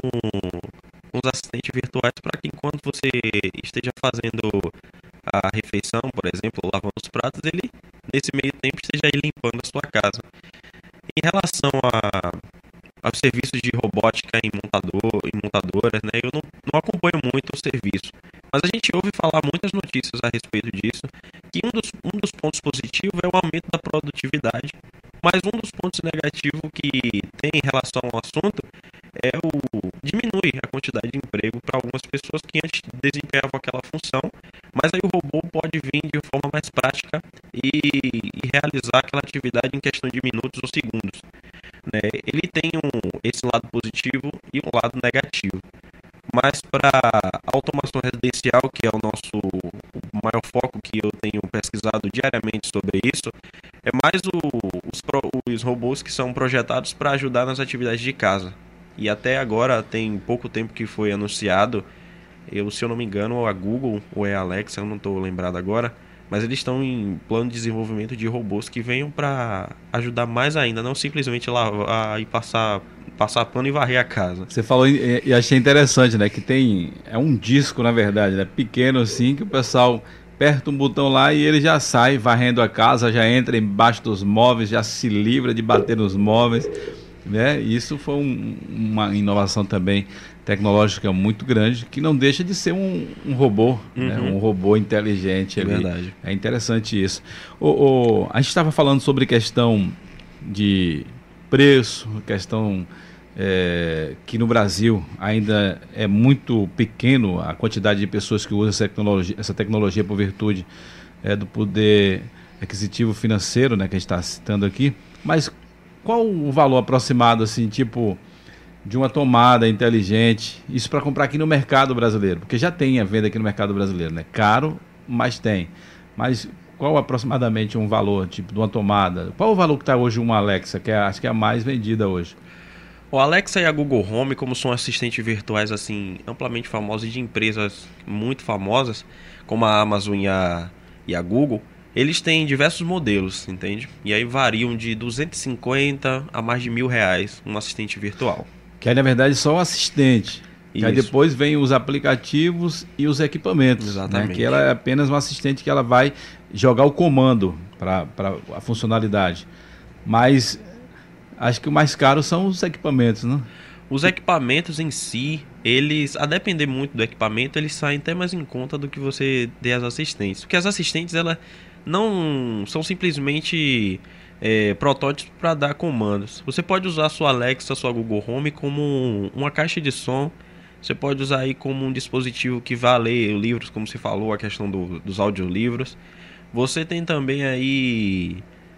os assistentes virtuais para que enquanto você esteja fazendo a refeição, por exemplo, lavando os pratos, ele nesse meio tempo esteja aí limpando a sua casa. Em relação a aos serviços de robótica em, montador, em montadoras, né? Eu não, não acompanho muito o serviço, mas a gente ouve falar muitas notícias a respeito disso, que um dos, um dos pontos positivos é o aumento da produtividade, mas um dos pontos negativos que tem em relação ao assunto é o diminui a quantidade de emprego para algumas pessoas que antes desempenhavam aquela função, mas aí o robô pode vir de forma mais prática e, e realizar aquela atividade em questão de minutos ou segundos. Né? Ele tem um, esse lado positivo e um lado negativo. Mas para automação residencial, que é o nosso o maior foco que eu tenho pesquisado diariamente sobre isso, é mais o, os, os robôs que são projetados para ajudar nas atividades de casa. E até agora, tem pouco tempo que foi anunciado, eu, se eu não me engano, a Google ou é a Alexa, eu não estou lembrado agora, mas eles estão em plano de desenvolvimento de robôs que venham para ajudar mais ainda, não simplesmente lavar e passar, passar pano e varrer a casa. Você falou e, e achei interessante, né? Que tem, é um disco, na verdade, né? Pequeno assim, que o pessoal aperta um botão lá e ele já sai varrendo a casa, já entra embaixo dos móveis, já se livra de bater nos móveis, né? Isso foi um, uma inovação também tecnológica muito grande, que não deixa de ser um, um robô, uhum. né? Um robô inteligente. É verdade. É interessante isso. O, o, a gente estava falando sobre questão de preço, questão é, que no Brasil ainda é muito pequeno a quantidade de pessoas que usam essa tecnologia, essa tecnologia por virtude é, do poder aquisitivo financeiro, né, que a gente está citando aqui. Mas qual o valor aproximado, assim, tipo, de uma tomada inteligente, isso para comprar aqui no mercado brasileiro? Porque já tem a venda aqui no mercado brasileiro, né? Caro, mas tem. Mas qual aproximadamente um valor, tipo, de uma tomada? Qual o valor que está hoje uma Alexa, que é, acho que é a mais vendida hoje? O Alexa e a Google Home, como são assistentes virtuais assim amplamente famosos de empresas muito famosas, como a Amazon e a, e a Google, eles têm diversos modelos, entende? E aí variam de duzentos e cinquenta a mais de mil reais um assistente virtual. Que é, na verdade, só o assistente. E aí depois vem os aplicativos e os equipamentos. Exatamente. Né? Que ela é apenas um assistente que ela vai jogar o comando para a funcionalidade. Mas acho que o mais caro são os equipamentos, né? Os equipamentos em si, eles, a depender muito do equipamento, eles saem até mais em conta do que você dê às assistentes. Porque as assistentes, elas não são simplesmente é, protótipos para dar comandos. Você pode usar a sua Alexa, a sua Google Home como uma caixa de som. Você pode usar aí como um dispositivo que vai ler livros, como você falou, a questão do, dos audiolivros. Você tem também aí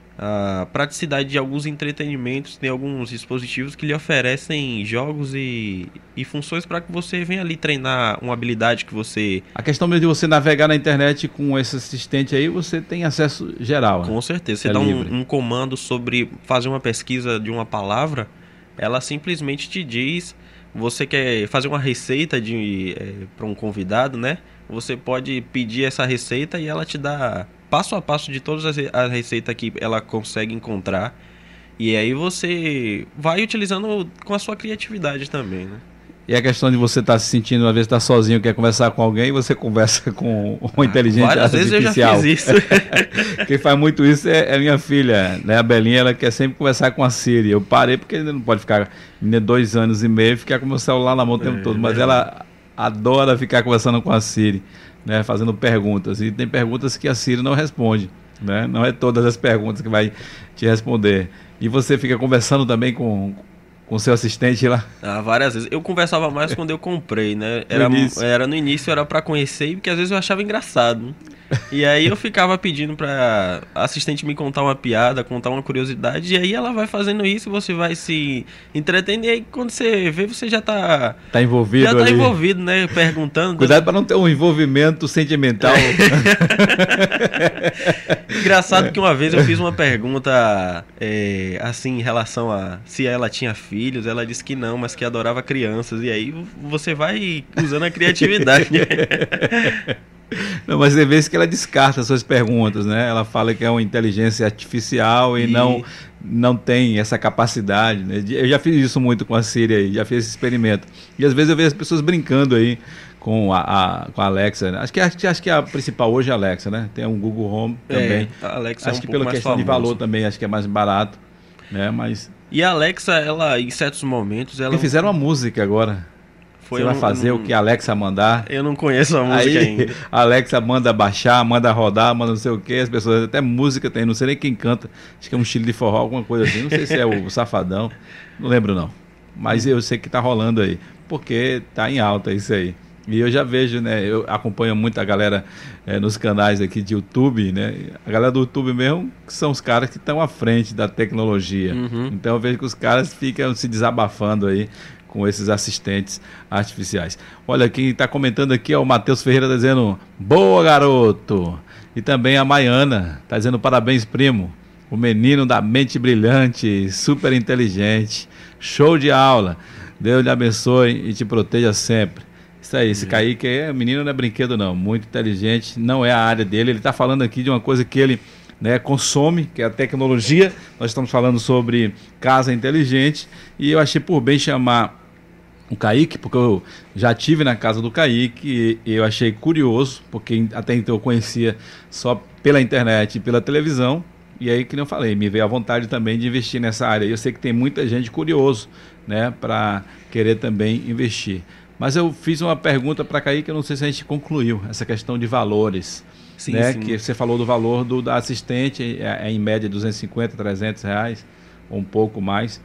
a praticidade de alguns entretenimentos. Tem alguns dispositivos que lhe oferecem jogos e, e funções para que você venha ali treinar uma habilidade que você... A questão mesmo de você navegar na internet com esse assistente aí, você tem acesso geral. Com né? certeza. Você é dá um, um comando sobre fazer uma pesquisa de uma palavra, ela simplesmente te diz... Você quer fazer uma receita de, é, para um convidado, né? Você pode pedir essa receita e ela te dá passo a passo de todas as, as receitas que ela consegue encontrar. E aí você vai utilizando com a sua criatividade também, né? E a questão de você estar tá se sentindo, às vezes está sozinho, quer conversar com alguém, você conversa com uma inteligência Várias artificial. Várias vezes eu já fiz isso. Quem faz muito isso é, é minha filha, né? A Belinha, ela quer sempre conversar com a Siri. Eu parei porque ainda não pode ficar, ainda dois anos e meio, ficar com o meu celular na mão o tempo é, todo. Mas é. ela adora ficar conversando com a Siri, né? Fazendo perguntas. E tem perguntas que a Siri não responde, né? Não é todas as perguntas que vai te responder. E você fica conversando também com... com seu assistente lá? Ah, várias vezes. Eu conversava mais quando eu comprei, né? Era no início, era, no início era pra conhecer, porque às vezes eu achava engraçado. E aí eu ficava pedindo pra assistente me contar uma piada, contar uma curiosidade, e aí ela vai fazendo isso, você vai se entretendo, e aí quando você vê, você já tá... Tá envolvido Já tá ali. envolvido, né? Perguntando. Cuidado pra não ter um envolvimento sentimental. Engraçado que uma vez eu fiz uma pergunta, é, assim, em relação a se ela tinha filhos, ela disse que não, mas que adorava crianças, e aí você vai usando a criatividade. Não, mas tem vezes que ela descarta suas perguntas, né? Ela fala que é uma inteligência artificial e, e... não não tem essa capacidade, né? Eu já fiz isso muito com a Siri aí, já fiz esse experimento. E às vezes eu vejo as pessoas brincando aí com a, a, com a Alexa, né? Acho que, acho, acho que a principal hoje é a Alexa, né? Tem um Google Home também. É, a Alexa acho é um que pouco pela mais questão famoso. de valor também, acho que é mais barato, né? Mas... E a Alexa, ela, em certos momentos... ela e fizeram uma música agora. Foi Você vai um, fazer um... o que a Alexa mandar. Eu não conheço a música aí, ainda. A Alexa manda baixar, manda rodar, manda não sei o que. As pessoas, até música tem, não sei nem quem canta. Acho que é um estilo de forró, alguma coisa assim. Não sei se é o Safadão, não lembro não. Mas eu sei que tá rolando aí, porque tá em alta isso aí. E eu já vejo, né? Eu acompanho muito a galera é, nos canais aqui de YouTube, né? A galera do YouTube mesmo, que são os caras que estão à frente da tecnologia. Uhum. Então eu vejo que os caras ficam se desabafando aí com esses assistentes artificiais. Olha, quem está comentando aqui é o Matheus Ferreira, tá dizendo, boa, garoto! E também a Maiana, tá dizendo, parabéns, primo. O menino da mente brilhante, super inteligente, show de aula. Deus lhe abençoe e te proteja sempre. Isso aí, esse uhum. Kaique aí, menino não é brinquedo não, muito inteligente, não é a área dele. Ele está falando aqui de uma coisa que ele... né, consome, que é a tecnologia. Nós estamos falando sobre casa inteligente e eu achei por bem chamar o Kaique, porque eu já tive na casa do Kaique e eu achei curioso, porque até então eu conhecia só pela internet e pela televisão, e aí, que nem eu falei, me veio a vontade também de investir nessa área. Eu sei que tem muita gente curioso, né, para querer também investir. Mas eu fiz uma pergunta para Kaique, que eu não sei se a gente concluiu, essa questão de valores. Sim, né? Sim. Que você falou do valor do, da assistente, é, é em média duzentos e cinquenta, trezentos reais, ou um pouco mais.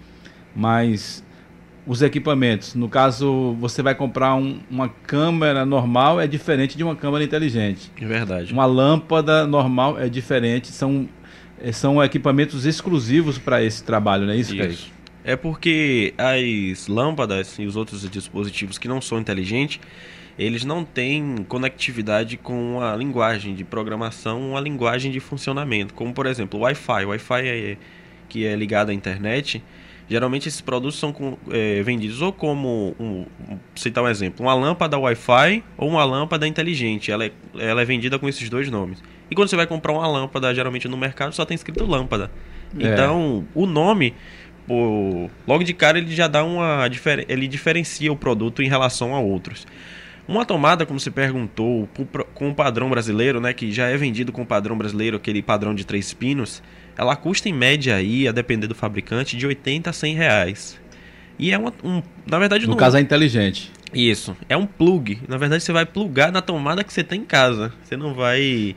Mas os equipamentos, no caso, você vai comprar um, uma câmera normal, é diferente de uma câmera inteligente. É verdade. Uma lâmpada normal é diferente, são, são equipamentos exclusivos para esse trabalho, não é isso, Kaique? Isso. É porque as lâmpadas e os outros dispositivos que não são inteligentes, eles não têm conectividade com a linguagem de programação, uma linguagem de funcionamento, como por exemplo o Wi-Fi. O Wi-Fi é, que é ligado à internet, geralmente esses produtos são com, é, vendidos ou como, um, um, citar um exemplo, uma lâmpada Wi-Fi ou uma lâmpada inteligente. Ela é, ela é vendida com esses dois nomes. E quando você vai comprar uma lâmpada, geralmente no mercado só tem escrito lâmpada. É. Então o nome... por, logo de cara ele já dá uma difer, ele diferencia o produto em relação a outros. Uma tomada, como você perguntou, com o padrão brasileiro, né, que já é vendido com o padrão brasileiro, aquele padrão de três pinos, ela custa em média aí, a depender do fabricante, de oitenta a cem reais. E é uma, um, na verdade... No não, caso é inteligente. Isso, é um plug. Na verdade você vai plugar na tomada que você tem em casa. Você não vai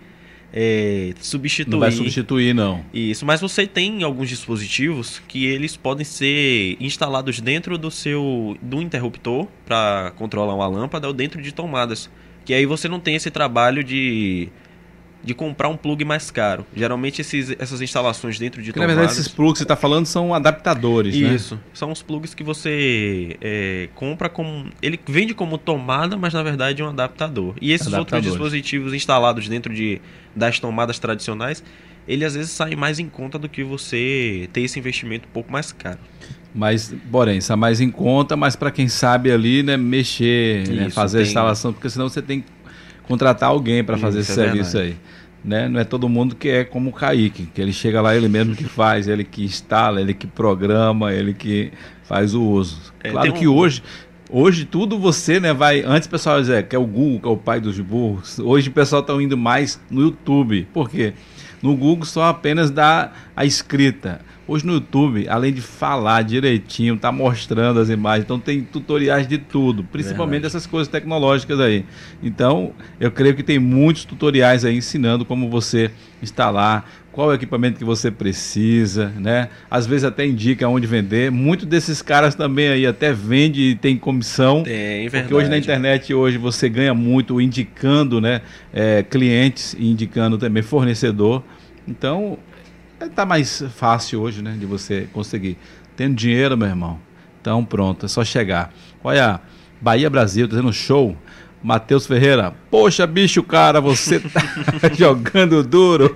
é, substituir. Não vai substituir, não. Isso, mas você tem alguns dispositivos que eles podem ser instalados dentro do seu do interruptor para controlar uma lâmpada ou dentro de tomadas. Que aí você não tem esse trabalho de... de comprar um plug mais caro. Geralmente esses, essas instalações dentro de Porque, tomadas... na verdade, esses plugs que você está falando são adaptadores, né? Isso. São os plugs que você é, compra como... Ele vende como tomada, mas na verdade é um adaptador. E esses outros dispositivos instalados dentro de, das tomadas tradicionais, ele às vezes sai mais em conta do que você ter esse investimento um pouco mais caro. Mas, porém, sai mais em conta, mas para quem sabe ali, né, mexer, Isso, né, fazer tem... a instalação, porque senão você tem que contratar alguém para fazer Isso, esse é serviço verdade. aí. Né? Não é todo mundo que é como o Kaique, que ele chega lá, ele mesmo que faz, ele que instala, ele que programa, ele que faz o uso. É, claro que um... hoje, hoje tudo você, né, vai... Antes o pessoal dizia que é o Google, que é o pai dos burros. Hoje o pessoal está indo mais no YouTube. Por quê? No Google só apenas dá a escrita. Hoje no YouTube, além de falar direitinho, tá mostrando as imagens, então tem tutoriais de tudo, principalmente Verdade. dessas coisas tecnológicas aí. Então, eu creio que tem muitos tutoriais aí ensinando como você instalar, qual é o equipamento que você precisa, né? Às vezes até indica onde vender. Muitos desses caras também aí até vende e tem comissão. Tem, verdade. Porque hoje na internet hoje você ganha muito indicando, né, é, clientes e indicando também fornecedor. Então, tá mais fácil hoje, né, de você conseguir. Tendo dinheiro, meu irmão, então pronto, é só chegar. Olha, Bahia Brasil, tá tendo show. Matheus Ferreira, poxa bicho, cara, você tá jogando duro.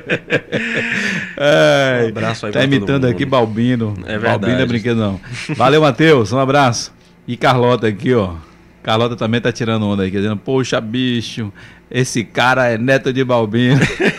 É, um abraço aí tá imitando aqui Balbino. É verdade. Balbino é brinquedo não. Valeu, Matheus, um abraço. E Carlota aqui, ó. Carlota também tá tirando onda aí, dizendo, poxa bicho, esse cara é neto de Balbino.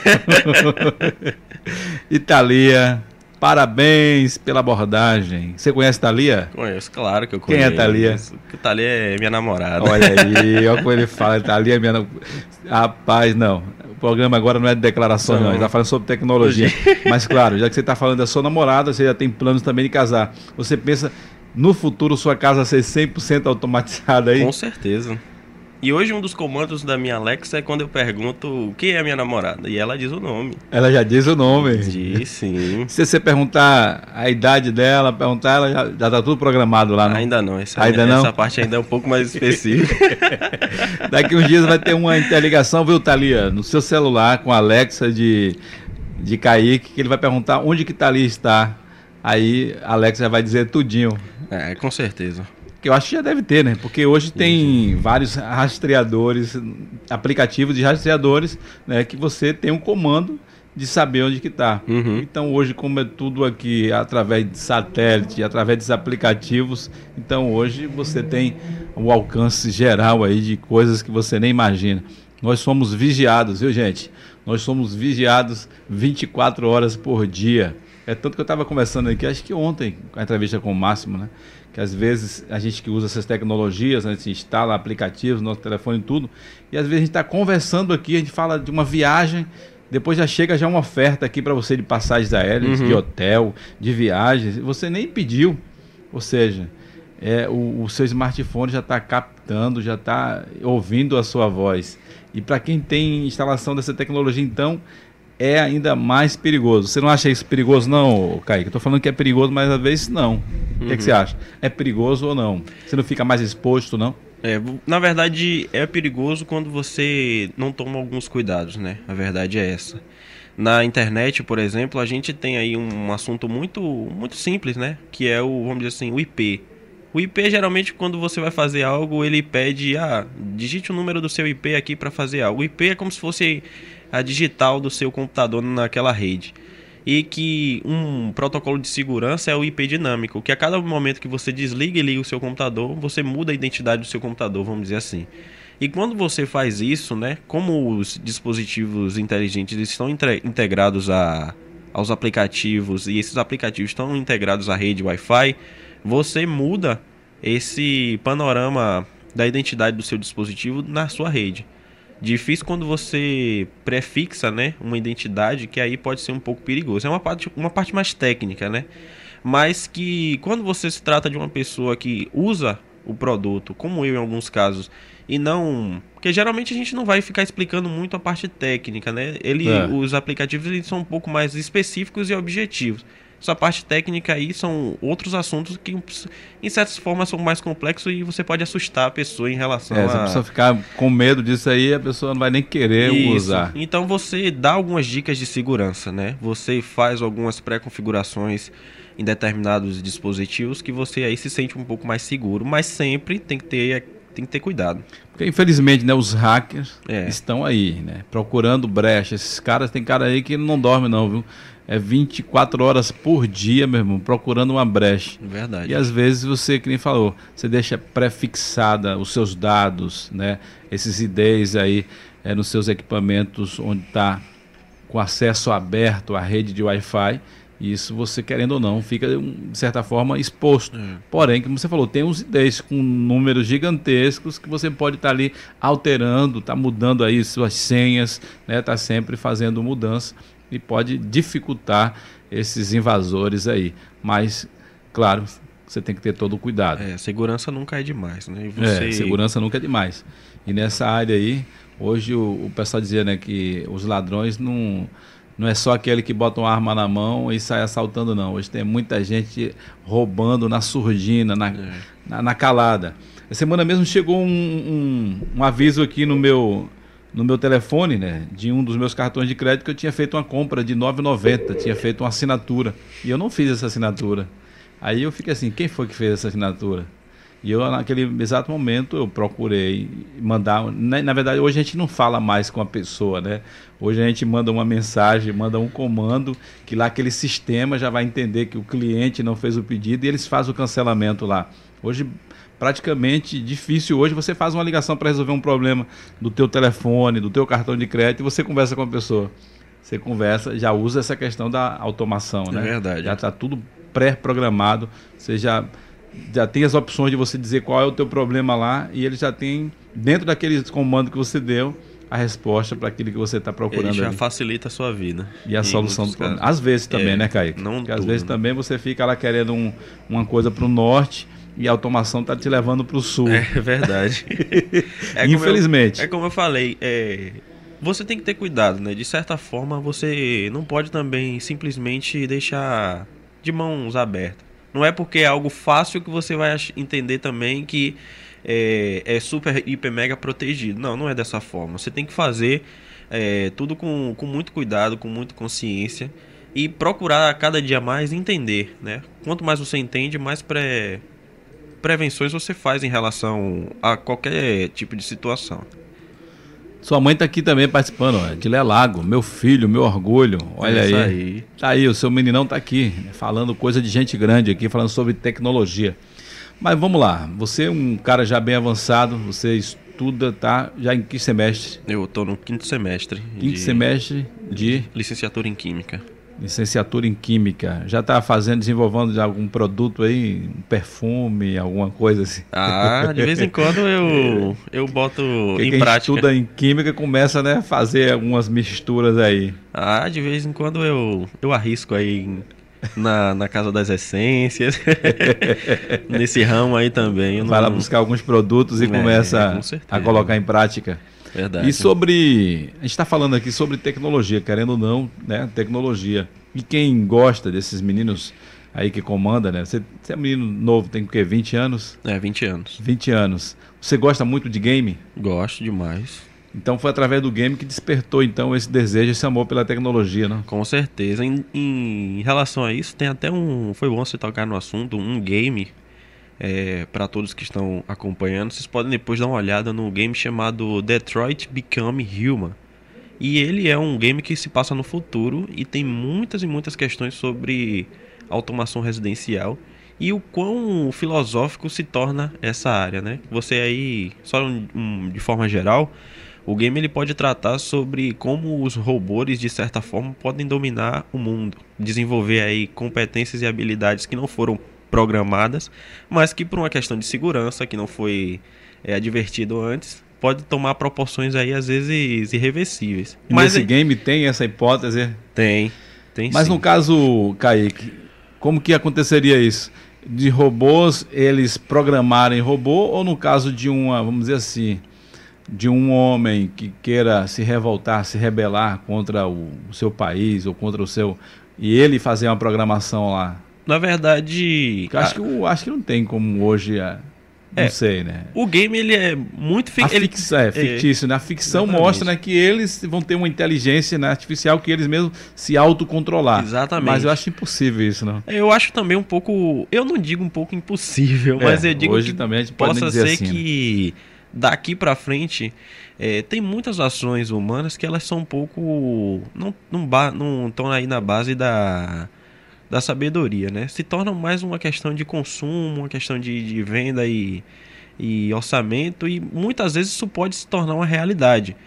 Thalia, parabéns pela abordagem. Você conhece Thalia? Conheço, claro que eu conheço. Quem é Thalia? Thalia é minha namorada. Olha aí, olha como ele fala, Thalia é minha namorada. Rapaz, não, o programa agora não é de declarações, não, não. Ele está falando sobre tecnologia. Mas claro, já que você está falando da sua namorada, você já tem planos também de casar. Você pensa no futuro sua casa ser cem por cento automatizada aí? Com certeza. E hoje um dos comandos da minha Alexa é quando eu pergunto quem é a minha namorada. E ela diz o nome. Ela já diz o nome? Diz, sim. Se você perguntar a idade dela, perguntar ela, já, já tá tudo programado lá, não? Ainda não. Essa, ainda essa não? parte ainda é um pouco mais específica. Daqui uns dias vai ter uma interligação, viu, Thalia? No seu celular com a Alexa de, de Kaique, que ele vai perguntar onde que Thalia está. Aí a Alexa já vai dizer tudinho. É, com certeza. Que eu acho que já deve ter, né? Porque hoje tem vários rastreadores, aplicativos de rastreadores, né? Que você tem um comando de saber onde que está. Uhum. Então hoje, como é tudo aqui através de satélite, através dos aplicativos, então hoje você tem o alcance geral aí de coisas que você nem imagina. Nós somos vigiados, viu, gente? Nós somos vigiados vinte e quatro horas por dia. É tanto que eu estava conversando aqui, acho que ontem, com a entrevista com o Máximo, né? Que às vezes a gente que usa essas tecnologias, a gente instala aplicativos no nosso telefone e tudo, e às vezes a gente está conversando aqui, a gente fala de uma viagem, depois já chega já uma oferta aqui para você de passagens aéreas, uhum. de hotel, de viagens, você nem pediu. Ou seja, é, o, o seu smartphone já está captando, já está ouvindo a sua voz. E para quem tem instalação dessa tecnologia, então, é ainda mais perigoso. Você não acha isso perigoso, não, Kaique? Eu tô falando que é perigoso, mas às vezes não. Uhum. O que, é que você acha? É perigoso ou não? Você não fica mais exposto, não? É, na verdade, é perigoso quando você não toma alguns cuidados, né? A verdade é essa. Na internet, por exemplo, a gente tem aí um assunto muito, muito simples, né? Que é o, vamos dizer assim, o I P. O I P, geralmente, quando você vai fazer algo, ele pede, ah, digite o número do seu I P aqui para fazer algo. O I P é como se fosse a digital do seu computador naquela rede. E que um protocolo de segurança é o I P dinâmico, que a cada momento que você desliga e liga o seu computador, você muda a identidade do seu computador, vamos dizer assim. E quando você faz isso, né, como os dispositivos inteligentes estão integrados a, aos aplicativos e esses aplicativos estão integrados à rede Wi-Fi, você muda esse panorama da identidade do seu dispositivo na sua rede. Difícil quando você prefixa, né, uma identidade, que aí pode ser um pouco perigoso. É uma parte, uma parte mais técnica, né? Mas que quando você se trata de uma pessoa que usa o produto, como eu em alguns casos, e não... Porque geralmente a gente não vai ficar explicando muito a parte técnica, né? Ele, é. Os aplicativos eles são um pouco mais específicos e objetivos. Essa parte técnica aí são outros assuntos que, em certas formas, são mais complexos e você pode assustar a pessoa em relação é, a... Se a pessoa ficar com medo disso aí, a pessoa não vai nem querer Isso. usar. Então você dá algumas dicas de segurança, né? Você faz algumas pré-configurações em determinados dispositivos que você aí se sente um pouco mais seguro, mas sempre tem que ter, tem que ter cuidado. Porque, infelizmente, né, os hackers é. estão aí, né, procurando brecha. Esses caras, tem cara aí que não dorme não, viu? É vinte e quatro horas por dia, meu irmão, procurando uma brecha. Verdade. E às vezes você, que nem falou, você deixa prefixada os seus dados, né? Esses I Ds aí é, nos seus equipamentos onde está com acesso aberto à rede de Wi-Fi. Isso você, querendo ou não, fica de certa forma exposto. Hum. Porém, como você falou, tem uns I Ds com números gigantescos que você pode estar tá ali alterando, tá mudando aí suas senhas, né? Tá sempre fazendo mudança. E pode dificultar esses invasores aí. Mas, claro, você tem que ter todo o cuidado. É, segurança nunca é demais, né? E você... É, segurança nunca é demais. E nessa área aí, hoje o, o pessoal dizia, né, que os ladrões não, não é só aquele que bota uma arma na mão e sai assaltando, não. Hoje tem muita gente roubando na surdina, na, é. na, na calada. Essa semana mesmo chegou um, um, um aviso aqui no meu... no meu telefone, né, de um dos meus cartões de crédito, que eu tinha feito uma compra de nove reais e noventa centavos, tinha feito uma assinatura, e eu não fiz essa assinatura. Aí eu fiquei assim, quem foi que fez essa assinatura? E eu, naquele exato momento, eu procurei mandar... Na, na verdade, hoje a gente não fala mais com a pessoa, né? Hoje a gente manda uma mensagem, manda um comando, que lá aquele sistema já vai entender que o cliente não fez o pedido e eles fazem o cancelamento lá. Hoje... praticamente difícil hoje, você faz uma ligação para resolver um problema do teu telefone, do teu cartão de crédito e você conversa com a pessoa. Você conversa, já usa essa questão da automação, né? É verdade. Já está tudo pré-programado, você já, já tem as opções de você dizer qual é o teu problema lá e ele já tem, dentro daquele comando que você deu, a resposta para aquilo que você está procurando. Ele já ali. Facilita a sua vida. E a solução do problema. Às vezes também, é, né, Kaique? Não Porque tudo, às vezes né? também você fica lá querendo um, uma coisa para o norte e a automação está te levando para o sul. É verdade. é Infelizmente. Como eu, é como eu falei, é, você tem que ter cuidado, né? De certa forma, você não pode também simplesmente deixar de mãos abertas. Não é porque é algo fácil que você vai entender também que é, é super, hiper, mega protegido. Não, não é dessa forma. Você tem que fazer é, tudo com, com muito cuidado, com muita consciência e procurar cada dia mais entender, né? Quanto mais você entende, mais pré... prevenções você faz em relação a qualquer tipo de situação. Sua mãe está aqui também participando, ó, de Lelago, meu filho, meu orgulho, olha aí. aí. Tá aí, o seu meninão está aqui, falando coisa de gente grande aqui, falando sobre tecnologia. Mas vamos lá, você é um cara já bem avançado, você estuda, tá? Já em que semestre? Eu estou no quinto semestre. Quinto de... semestre de... licenciatura em Química. Licenciatura em Química. Já está fazendo, desenvolvendo algum produto aí, um perfume, alguma coisa assim? Ah, de vez em quando eu, eu boto Porque em quem prática. Quem estuda em Química começa, né, a fazer algumas misturas aí. Ah, de vez em quando eu, eu arrisco aí na, na casa das essências. Nesse ramo aí também. Vai não... lá buscar alguns produtos e é, começa a colocar em prática. Verdade. E sobre, a gente está falando aqui sobre tecnologia, querendo ou não, né, tecnologia. E quem gosta desses meninos aí que comanda, né, você, você é um menino novo, tem o quê, vinte anos? É, vinte anos. vinte anos. Você gosta muito de game? Gosto demais. Então foi através do game que despertou então esse desejo, esse amor pela tecnologia, né? Com certeza. Em, em relação a isso, tem até um, foi bom você tocar no assunto, um game... É, para todos que estão acompanhando, vocês podem depois dar uma olhada no game chamado Detroit Become Human. E ele é um game que se passa no futuro e tem muitas e muitas questões sobre automação residencial e o quão filosófico se torna essa área, né? Você aí, só um, um, de forma geral, O game ele pode tratar sobre como os robôs, de certa forma, podem dominar o mundo. Desenvolver aí competências e habilidades que não foram programadas, mas que por uma questão de segurança, que não foi é, advertido antes, pode tomar proporções aí, às vezes, irreversíveis. E mas nesse é... game tem essa hipótese? Tem, tem Mas sim. no caso, Kaique, como que aconteceria isso? De robôs, eles programarem robô, ou no caso de uma, vamos dizer assim, de um homem que queira se revoltar, se rebelar contra o, o seu país ou contra o seu... e ele fazer uma programação lá? Na verdade... Eu acho, a... que, eu acho que não tem como hoje... A... Não é, sei, né? O game, ele é muito... Fi... A fix... ele... É, fictício, é, né? A ficção exatamente. Mostra, né, que eles vão ter uma inteligência, né, artificial que eles mesmos se autocontrolar. Exatamente. Mas eu acho impossível isso, não? Eu acho também um pouco... Eu não digo um pouco impossível, é, mas eu digo hoje que também a gente pode possa dizer ser assim, que né? Daqui pra frente... É, tem muitas ações humanas que elas são um pouco... Não estão não, não aí na base da... da sabedoria, né? Se torna mais uma questão de consumo, uma questão de, de venda e, e orçamento, e muitas vezes isso pode se tornar uma realidade,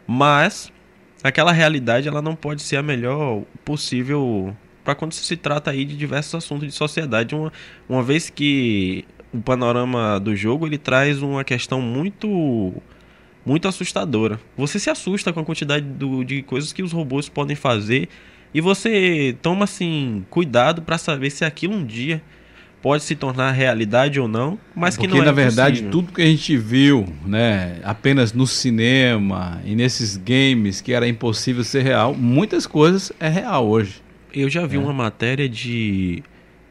mas aquela realidade ela não pode ser a melhor possível para quando se trata aí de diversos assuntos de sociedade, uma, uma vez que o panorama do jogo ele traz uma questão muito muito assustadora. Você se assusta com a quantidade do, de coisas que os robôs podem fazer. E você toma, assim, cuidado para saber se aquilo um dia pode se tornar realidade ou não, mas Porque, que não é na verdade, possível. Tudo que a gente viu, né, apenas no cinema e nesses games que era impossível ser real, muitas coisas é real hoje. Eu já vi é. uma matéria de...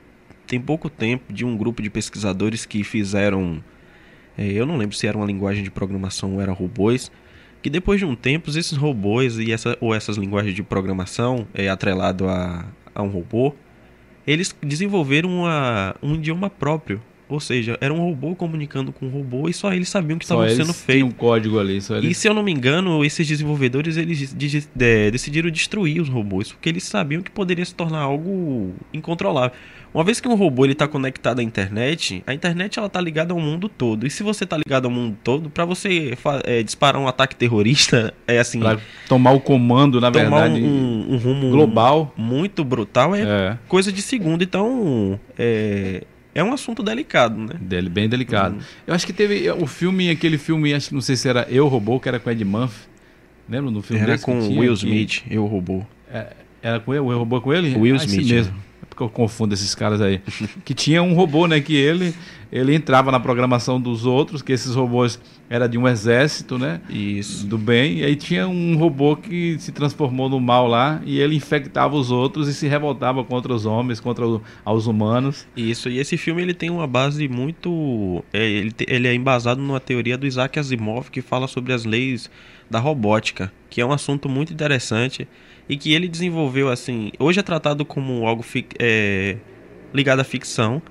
Tem pouco tempo, de um grupo de pesquisadores que fizeram... É, eu não lembro se era uma linguagem de programação ou era robôs, que depois de um tempo esses robôs e essa, ou essas linguagens de programação é, atrelado a, a um robô, eles desenvolveram uma, um idioma próprio. Ou seja, era um robô comunicando com um robô e só eles sabiam que estava sendo feito. Tinha um código ali. Só eles... E se eu não me engano, esses desenvolvedores eles de, de, de, decidiram destruir os robôs, porque eles sabiam que poderia se tornar algo incontrolável. Uma vez que um robô está conectado à internet, a internet ela está ligada ao mundo todo. E se você está ligado ao mundo todo, para você é, disparar um ataque terrorista, é assim... Pra tomar o comando, na tomar verdade, um, um rumo global, muito brutal, é, é coisa de segundo. Então, é... É um assunto delicado, né? Dele, bem delicado. Uhum. Eu acho que teve o filme, aquele filme, acho que não sei se era Eu, Robô, que era com Ed Murphy. Lembra do filme Era desse com Will Smith, Eu, Robô. É, era com ele, o Robô com ele? Will ah, Smith. mesmo. É porque eu confundo esses caras aí. Que tinha um robô, né? Que ele, ele entrava na programação dos outros, que esses robôs era de um exército, né? Isso. Do bem. E aí tinha um robô que se transformou no mal lá e ele infectava os outros e se revoltava contra os homens, contra o, os humanos. Isso. E esse filme ele tem uma base muito... É, ele, te, ele é embasado numa teoria do Isaac Asimov que fala sobre as leis da robótica, que é um assunto muito interessante e que ele desenvolveu assim... Hoje é tratado como algo fic, é, ligado à ficção,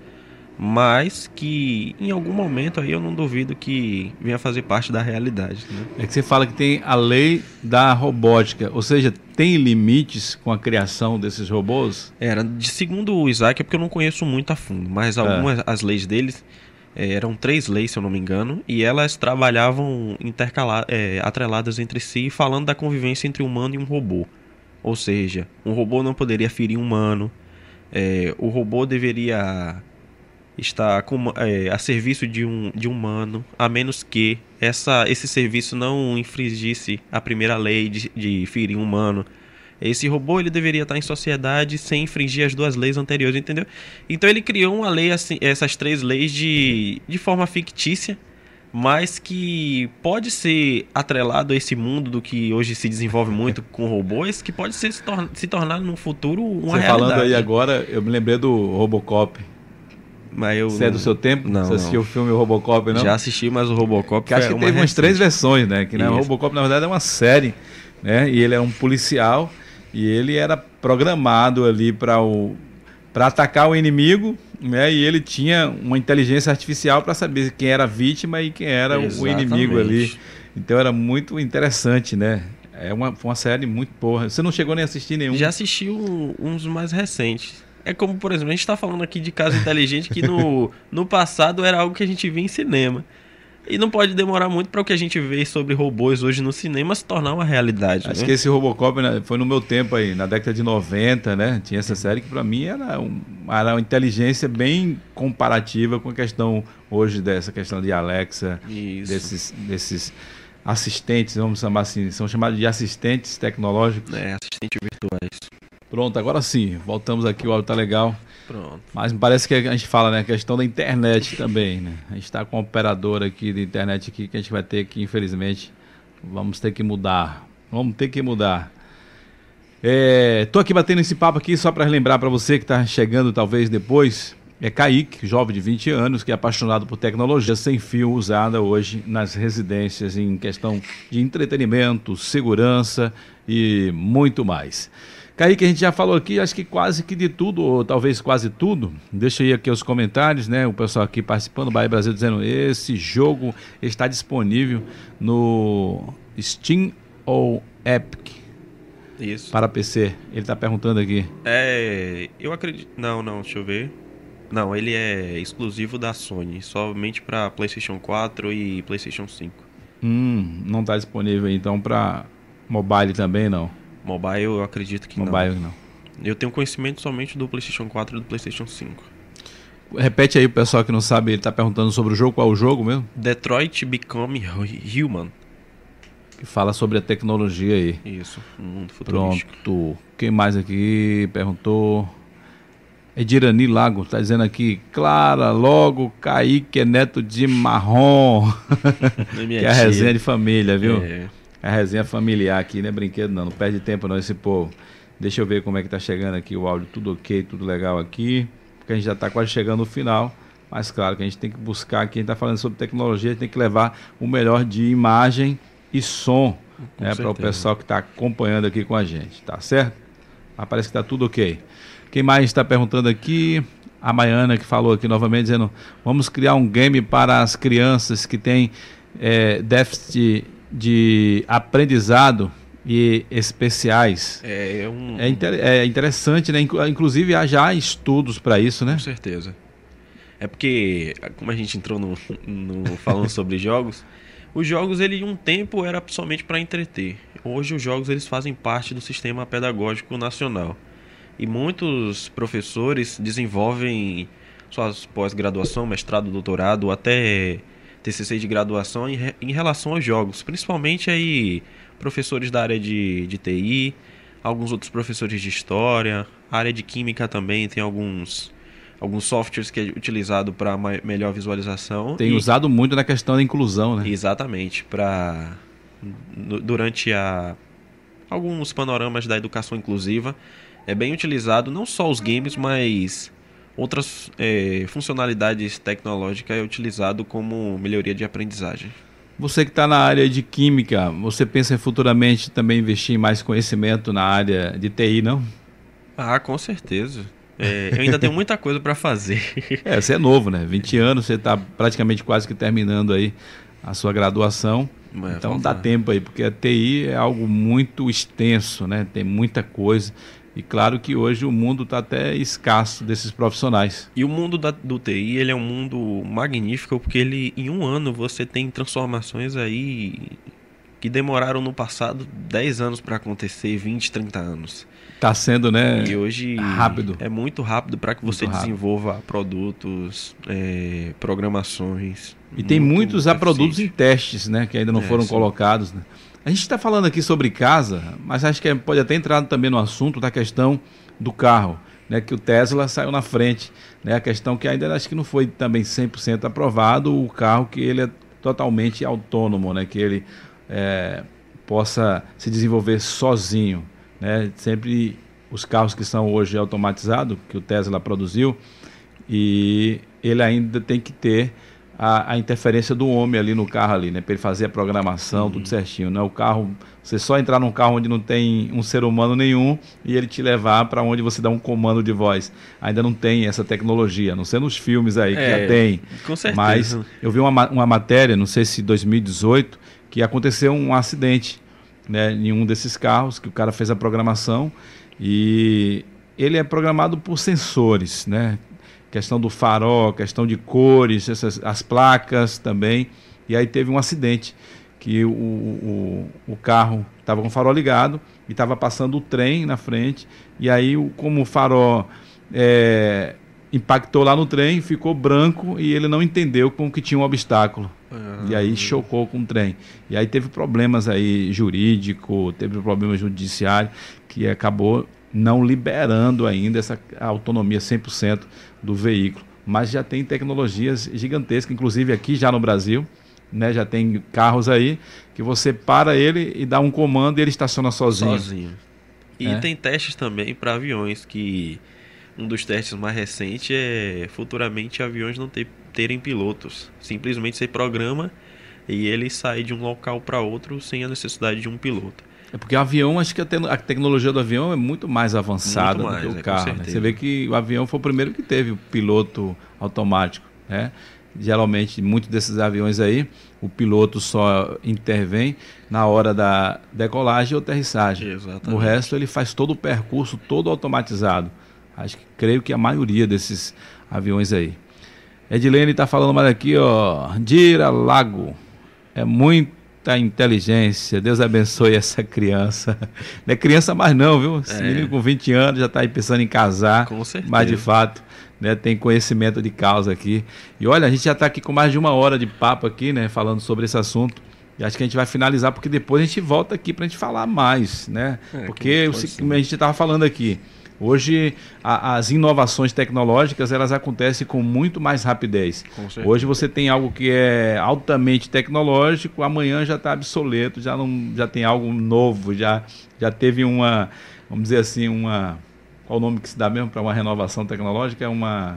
mas que em algum momento aí eu não duvido que venha fazer parte da realidade, né? É que você fala que tem a lei da robótica, ou seja, tem limites com a criação desses robôs? Era, de segundo o Isaac, é porque eu não conheço muito a fundo, mas algumas é. as leis deles é, eram três leis, se eu não me engano, e elas trabalhavam intercala, é, atreladas entre si, falando da convivência entre um humano e um robô. Ou seja, um robô não poderia ferir um humano, é, o robô deveria... está com, é, a serviço de um, de um humano, a menos que essa, esse serviço não infringisse a primeira lei de, de ferir um humano. Esse robô ele deveria estar em sociedade sem infringir as duas leis anteriores, entendeu? Então ele criou uma lei, assim, essas três leis de, de forma fictícia, mas que pode ser atrelado a esse mundo do que hoje se desenvolve muito com robôs, que pode ser, se, torna, se tornar no futuro uma Você realidade. Falando aí agora, eu me lembrei do Robocop. Mas eu Você é do seu tempo? Não, Você assistiu não. o filme Robocop, não? Já assisti, mas o Robocop que acho que uma teve recente. umas três versões, né? Que né, o Robocop, na verdade, é uma série, né? E ele é um policial e ele era programado ali para o para atacar o inimigo, né? E ele tinha uma inteligência artificial para saber quem era a vítima e quem era Exatamente. o inimigo ali. Então era muito interessante, né? É uma, uma série muito boa. Você não chegou nem a assistir nenhum? Já assisti um, uns mais recentes. É como, por exemplo, a gente está falando aqui de Casa Inteligente que no, no passado era algo que a gente via em cinema. E não pode demorar muito para o que a gente vê sobre robôs hoje no cinema se tornar uma realidade. Acho né? que esse Robocop, né, foi no meu tempo aí, na década de noventa, né? Tinha essa série que para mim era, um, era uma inteligência bem comparativa com a questão hoje dessa questão de Alexa, Isso. desses, desses assistentes, vamos chamar assim, são chamados de assistentes tecnológicos. É, assistentes virtuais. Pronto, agora sim, voltamos aqui, o áudio tá legal. Pronto. Mas me parece que a gente fala, né, a questão da internet também, né? A gente está com um operador aqui de internet aqui que a gente vai ter que, infelizmente, vamos ter que mudar. Vamos ter que mudar. É, tô aqui batendo esse papo aqui só para lembrar para você que está chegando talvez depois. É Kaique, jovem de vinte anos, que é apaixonado por tecnologia sem fio usada hoje nas residências em questão de entretenimento, segurança e muito mais. Kaique, a gente já falou aqui, acho que quase que de tudo, ou talvez quase tudo. Deixa aí aqui os comentários, né? O pessoal aqui participando, Bahia Brasil dizendo, esse jogo está disponível no Steam ou Epic Isso. para P C. Ele está perguntando aqui. É, eu acredito... Não, não, deixa eu ver. Não, ele é exclusivo da Sony, somente para PlayStation quatro e PlayStation cinco. Hum, não está disponível então para mobile também, não? Mobile eu acredito que Mobile não. não. Eu tenho conhecimento somente do PlayStation quatro e do PlayStation cinco. Repete aí o pessoal que não sabe, ele está perguntando sobre o jogo, qual é o jogo mesmo? Detroit Become Human. Que fala sobre a tecnologia aí. Isso, um mundo futurístico. Pronto. Quem mais aqui perguntou? Edirani Lago, tá dizendo aqui, Clara, logo, Kaique é neto de Marrom. Que é a resenha de família, viu? É. A resenha familiar aqui, não é brinquedo não, não perde tempo não esse povo. Deixa eu ver como é que tá chegando aqui o áudio, tudo ok, tudo legal aqui, porque a gente já tá quase chegando no final, mas claro que a gente tem que buscar aqui, a gente tá falando sobre tecnologia, a gente tem que levar o melhor de imagem e som, né, para o pessoal que está acompanhando aqui com a gente, tá certo? Mas parece que tá tudo ok. Quem mais está perguntando aqui? A Maiana que falou aqui novamente, dizendo, vamos criar um game para as crianças que têm é, déficit de aprendizado e especiais. É, um... é, inter, é interessante, né? Inclusive já há estudos para isso, né? Com certeza. É porque, como a gente entrou no, no falando sobre jogos, os jogos, ele um tempo era somente para entreter. Hoje os jogos eles fazem parte do sistema pedagógico nacional. E muitos professores desenvolvem suas pós-graduação, mestrado, doutorado, até T C C de graduação em, em relação aos jogos, principalmente aí professores da área de, de T I, alguns outros professores de história, a área de química também tem alguns, alguns softwares que é utilizado para melhor visualização. Tem e, usado muito na questão da inclusão, né? Exatamente, para durante a, alguns panoramas da educação inclusiva é bem utilizado não só os games, mas outras é, funcionalidades tecnológicas é utilizado como melhoria de aprendizagem. Você que está na área de química, você pensa em futuramente também investir em mais conhecimento na área de T I, não? Ah, com certeza. É, eu ainda tenho muita coisa para fazer. É, você é novo, né? vinte anos, você está praticamente quase que terminando aí a sua graduação. Mas então dá tempo aí, porque a T I é algo muito extenso, né? Tem muita coisa. E claro que hoje o mundo está até escasso desses profissionais. E o mundo da, do T I, ele é um mundo magnífico, porque ele, em um ano você tem transformações aí que demoraram no passado dez anos para acontecer, vinte, trinta anos. Está sendo, né? E hoje rápido. É muito rápido para que você desenvolva produtos, é, programações. E tem muitos a produtos em testes, né? Que ainda não é, foram sim. colocados, né? A gente está falando aqui sobre casa, mas acho que pode até entrar também no assunto da questão do carro, né? Que o Tesla saiu na frente, né? A questão que ainda acho que não foi também cem por cento aprovado o carro que ele é totalmente autônomo, né? Que ele é, possa se desenvolver sozinho, né? Sempre os carros que são hoje automatizados, que o Tesla produziu, e ele ainda tem que ter A, a interferência do homem ali no carro ali, né? Para ele fazer a programação, uhum. tudo certinho, né? O carro, você só entrar num carro onde não tem um ser humano nenhum e ele te levar para onde você dá um comando de voz. Ainda não tem essa tecnologia, a não ser nos filmes aí, que é, já tem. Com certeza. Mas eu vi uma, uma matéria, não sei se dois mil e dezoito, que aconteceu um acidente, né? Em um desses carros, que o cara fez a programação e ele é programado por sensores, né? Questão do farol, questão de cores, essas, as placas também, e aí teve um acidente, que o, o, o carro estava com o farol ligado e estava passando o trem na frente, e aí como o farol é, impactou lá no trem, ficou branco e ele não entendeu como que tinha um obstáculo. Ah, e aí chocou com o trem. E aí teve problemas aí jurídico, teve problema judiciário, que acabou não liberando ainda essa autonomia cem por cento do veículo. Mas já tem tecnologias gigantescas, inclusive aqui já no Brasil, né, já tem carros aí que você para ele e dá um comando e ele estaciona sozinho. Sozinho. E é. Tem testes também para aviões, que um dos testes mais recentes é futuramente aviões não ter, terem pilotos. Simplesmente você programa e ele sai de um local para outro sem a necessidade de um piloto. É porque o avião, acho que a, te a tecnologia do avião é muito mais avançada muito mais, do que o é, carro. Né? Você vê que o avião foi o primeiro que teve o piloto automático, né? Geralmente, muitos desses aviões aí, o piloto só intervém na hora da decolagem ou aterrissagem. Exatamente. O resto ele faz todo o percurso, todo automatizado. Acho que creio que a maioria desses aviões aí. Edilene está falando mais aqui, ó. Dira Lago. É muita inteligência. Deus abençoe essa criança. Não é criança mais não, viu? Esse é. menino com vinte anos já está aí pensando em casar. Com certeza. Mas de fato, né, tem conhecimento de causa aqui. E olha, a gente já está aqui com mais de uma hora de papo aqui, né? Falando sobre esse assunto. E acho que a gente vai finalizar, porque depois a gente volta aqui para a gente falar mais, né? É, porque o, a gente estava falando aqui. Hoje, a, as inovações tecnológicas, elas acontecem com muito mais rapidez. Hoje você tem algo que é altamente tecnológico, amanhã já está obsoleto, já, não, já tem algo novo, já, já teve uma, vamos dizer assim, uma... Qual o nome que se dá mesmo para uma renovação tecnológica? É uma...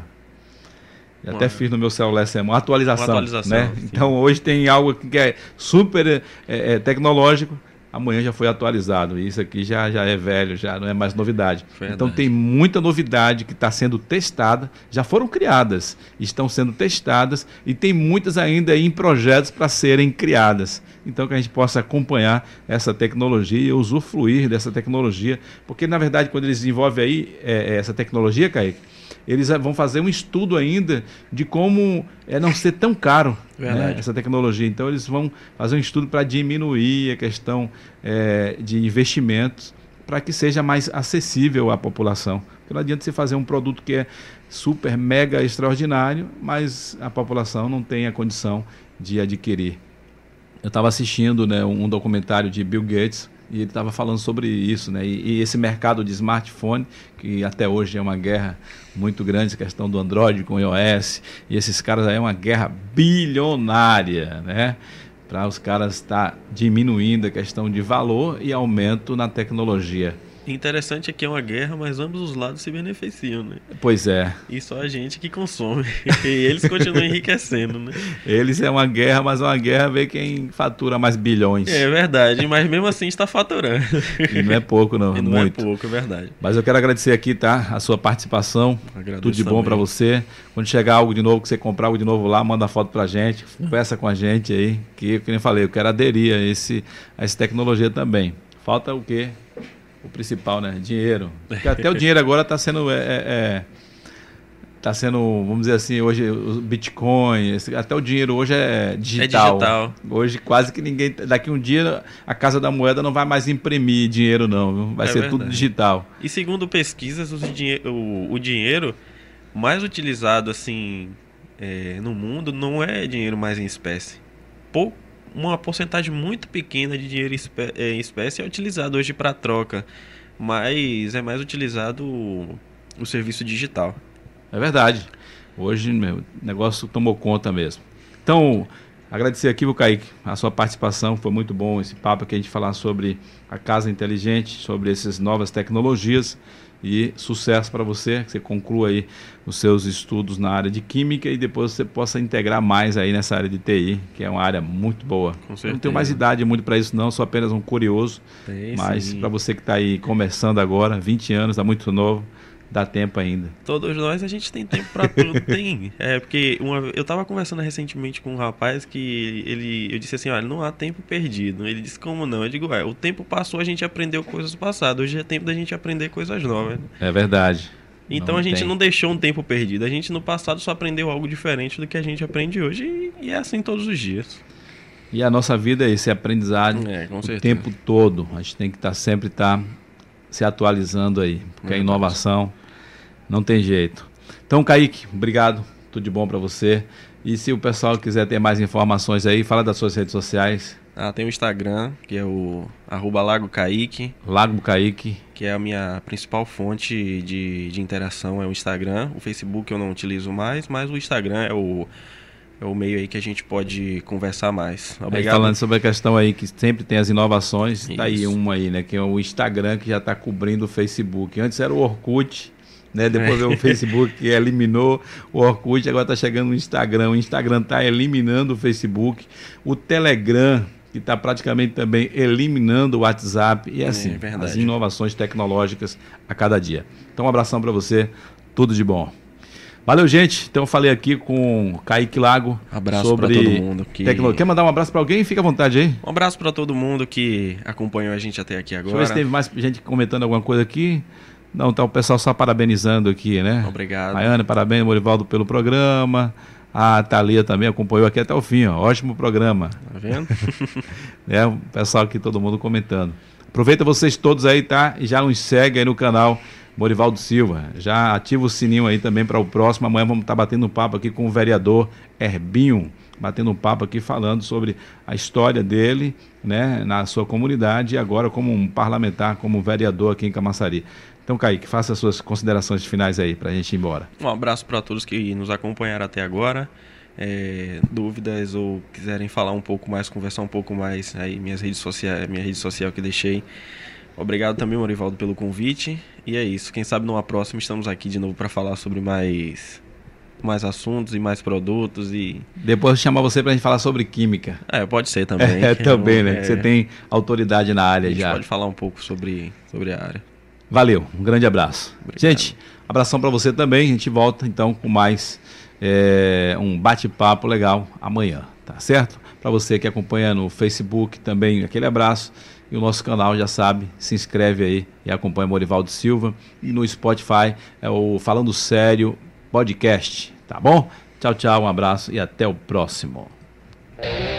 Eu até fiz no meu celular essa uma atualização. Uma atualização, né? Então, hoje tem algo que é super é, é, tecnológico, amanhã já foi atualizado. E isso aqui já, já é velho, já não é mais novidade. Verdade. Então tem muita novidade que está sendo testada, já foram criadas, estão sendo testadas e tem muitas ainda em projetos para serem criadas. Então que a gente possa acompanhar essa tecnologia e usufruir dessa tecnologia, porque na verdade quando eles desenvolvem aí é, essa tecnologia, Kaique, eles vão fazer um estudo ainda de como é, não ser tão caro, né, essa tecnologia. Então eles vão fazer um estudo para diminuir a questão é, de investimentos, para que seja mais acessível à população. Porque não adianta você fazer um produto que é super, mega extraordinário, mas a população não tem a condição de adquirir. Eu estava assistindo, né, um documentário de Bill Gates, e ele estava falando sobre isso, né? E, e esse mercado de smartphone, que até hoje é uma guerra muito grande, a questão do Android com o iOS, e esses caras aí é uma guerra bilionária, né? Para os caras estar tá diminuindo a questão de valor e aumento na tecnologia. Interessante é que é uma guerra, mas ambos os lados se beneficiam, né? Pois é. E só a gente que consome. E eles continuam enriquecendo, né? Eles é uma guerra, mas é uma guerra ver quem fatura mais bilhões. É verdade, mas mesmo assim está faturando. E não é pouco, não. E não muito. é pouco, é verdade. Mas eu quero agradecer aqui, tá? A sua participação. Agradeço. Tudo de bom para você. Quando chegar algo de novo, que você comprar algo de novo lá, manda foto pra gente, conversa com a gente aí, que, como eu falei, eu quero aderir a, esse, a essa tecnologia também. Falta o quê? O principal, né? Dinheiro. Porque até o dinheiro agora está sendo, é, é, tá sendo, vamos dizer assim, hoje o Bitcoin, esse, até o dinheiro hoje é digital. É digital. Hoje quase que ninguém, daqui um dia a Casa da Moeda não vai mais imprimir dinheiro não, viu? Vai é ser verdade. Tudo digital. E segundo pesquisas, o, dinhe o, o dinheiro mais utilizado assim é, no mundo não é dinheiro mais em espécie. Pouco. Uma porcentagem muito pequena de dinheiro em espécie é utilizado hoje para troca, mas é mais utilizado o, o serviço digital. É verdade. Hoje meu, o negócio tomou conta mesmo. Então, agradecer aqui, o Kaique, a sua participação. Foi muito bom esse papo aqui, a gente falar sobre a casa inteligente, sobre essas novas tecnologias. E sucesso para você, que você conclua aí os seus estudos na área de química e depois você possa integrar mais aí nessa área de T I, que é uma área muito boa. Com certeza. Eu não tenho mais idade muito para isso não, sou apenas um curioso, Tem, mas para você que está aí começando agora, vinte anos, está muito novo, dá tempo ainda. Todos nós, a gente tem tempo para tudo, tem. É, porque uma, eu estava conversando recentemente com um rapaz que ele, eu disse assim, olha, não há tempo perdido. Ele disse, como não? Eu digo, é, o tempo passou, a gente aprendeu coisas passadas, hoje é tempo da gente aprender coisas novas. É verdade. Então não a gente tem. não deixou um tempo perdido, a gente no passado só aprendeu algo diferente do que a gente aprende hoje e, e é assim todos os dias. E a nossa vida é esse aprendizado É, com o certeza. tempo todo. A gente tem que estar sempre estar se atualizando aí, porque É, a inovação não tem jeito. Então, Kaique, obrigado. Tudo de bom para você. E se o pessoal quiser ter mais informações aí, fala das suas redes sociais. Ah, tem o Instagram, que é o arroba Lago Kaique, Lago Kaique. que é a minha principal fonte de, de interação, é o Instagram. O Facebook eu não utilizo mais, mas o Instagram é o, é o meio aí que a gente pode conversar mais. Aí, Obrigado. falando sobre a questão aí que sempre tem as inovações, tá aí Isso. uma aí, né? Que é o Instagram que já está cobrindo o Facebook. Antes era o Orkut, né? Depois veio o Facebook que eliminou o Orkut, agora está chegando o Instagram. O Instagram está eliminando o Facebook. O Telegram, que está praticamente também eliminando o WhatsApp. E assim, É verdade. as inovações tecnológicas a cada dia. Então, um abração para você, tudo de bom. Valeu, gente. Então eu falei aqui com o Kaique Lago Abraço sobre pra todo mundo que- tecnologia. Quer mandar um abraço para alguém? Fica à vontade aí. Um abraço para todo mundo que acompanhou a gente até aqui Deixa eu ver se agora. teve mais gente comentando alguma coisa aqui. Não, tá o pessoal só parabenizando aqui, né? Obrigado. Maiane, parabéns, Morivaldo, pelo programa. A Thalia também acompanhou aqui até o fim, ó. Ótimo programa. Tá vendo? É, o pessoal aqui, todo mundo comentando. Aproveita vocês todos aí, tá? E já nos segue aí no canal Morivaldo Silva. Já ativa o sininho aí também para o próximo. Amanhã vamos estar batendo um papo aqui com o vereador Herbinho, batendo um papo aqui falando sobre a história dele, né, na sua comunidade e agora como um parlamentar, como vereador aqui em Camaçari. Então, Kaique, faça as suas considerações finais aí para a gente ir embora. Um abraço para todos que nos acompanharam até agora. É, dúvidas ou quiserem falar um pouco mais, conversar um pouco mais, aí minhas redes sociais, minha rede social que deixei. Obrigado também, Morivaldo, pelo convite. E é isso. Quem sabe numa próxima estamos aqui de novo para falar sobre mais, mais assuntos e mais produtos e Depois eu chamar você para a gente falar sobre química. é, pode ser também. É, também, Eu- né? é, Você tem autoridade na a área gente já. pode falar um pouco sobre sobre a área. Valeu, um grande abraço. Obrigado. Gente, abração para você também. A gente volta então com mais é, um bate-papo legal amanhã, tá certo? Para você que acompanha no Facebook também, aquele abraço. E o nosso canal já sabe, se inscreve aí e acompanha Morivaldo Silva. E no Spotify é o Falando Sério Podcast, tá bom? Tchau, tchau, um abraço e até o próximo.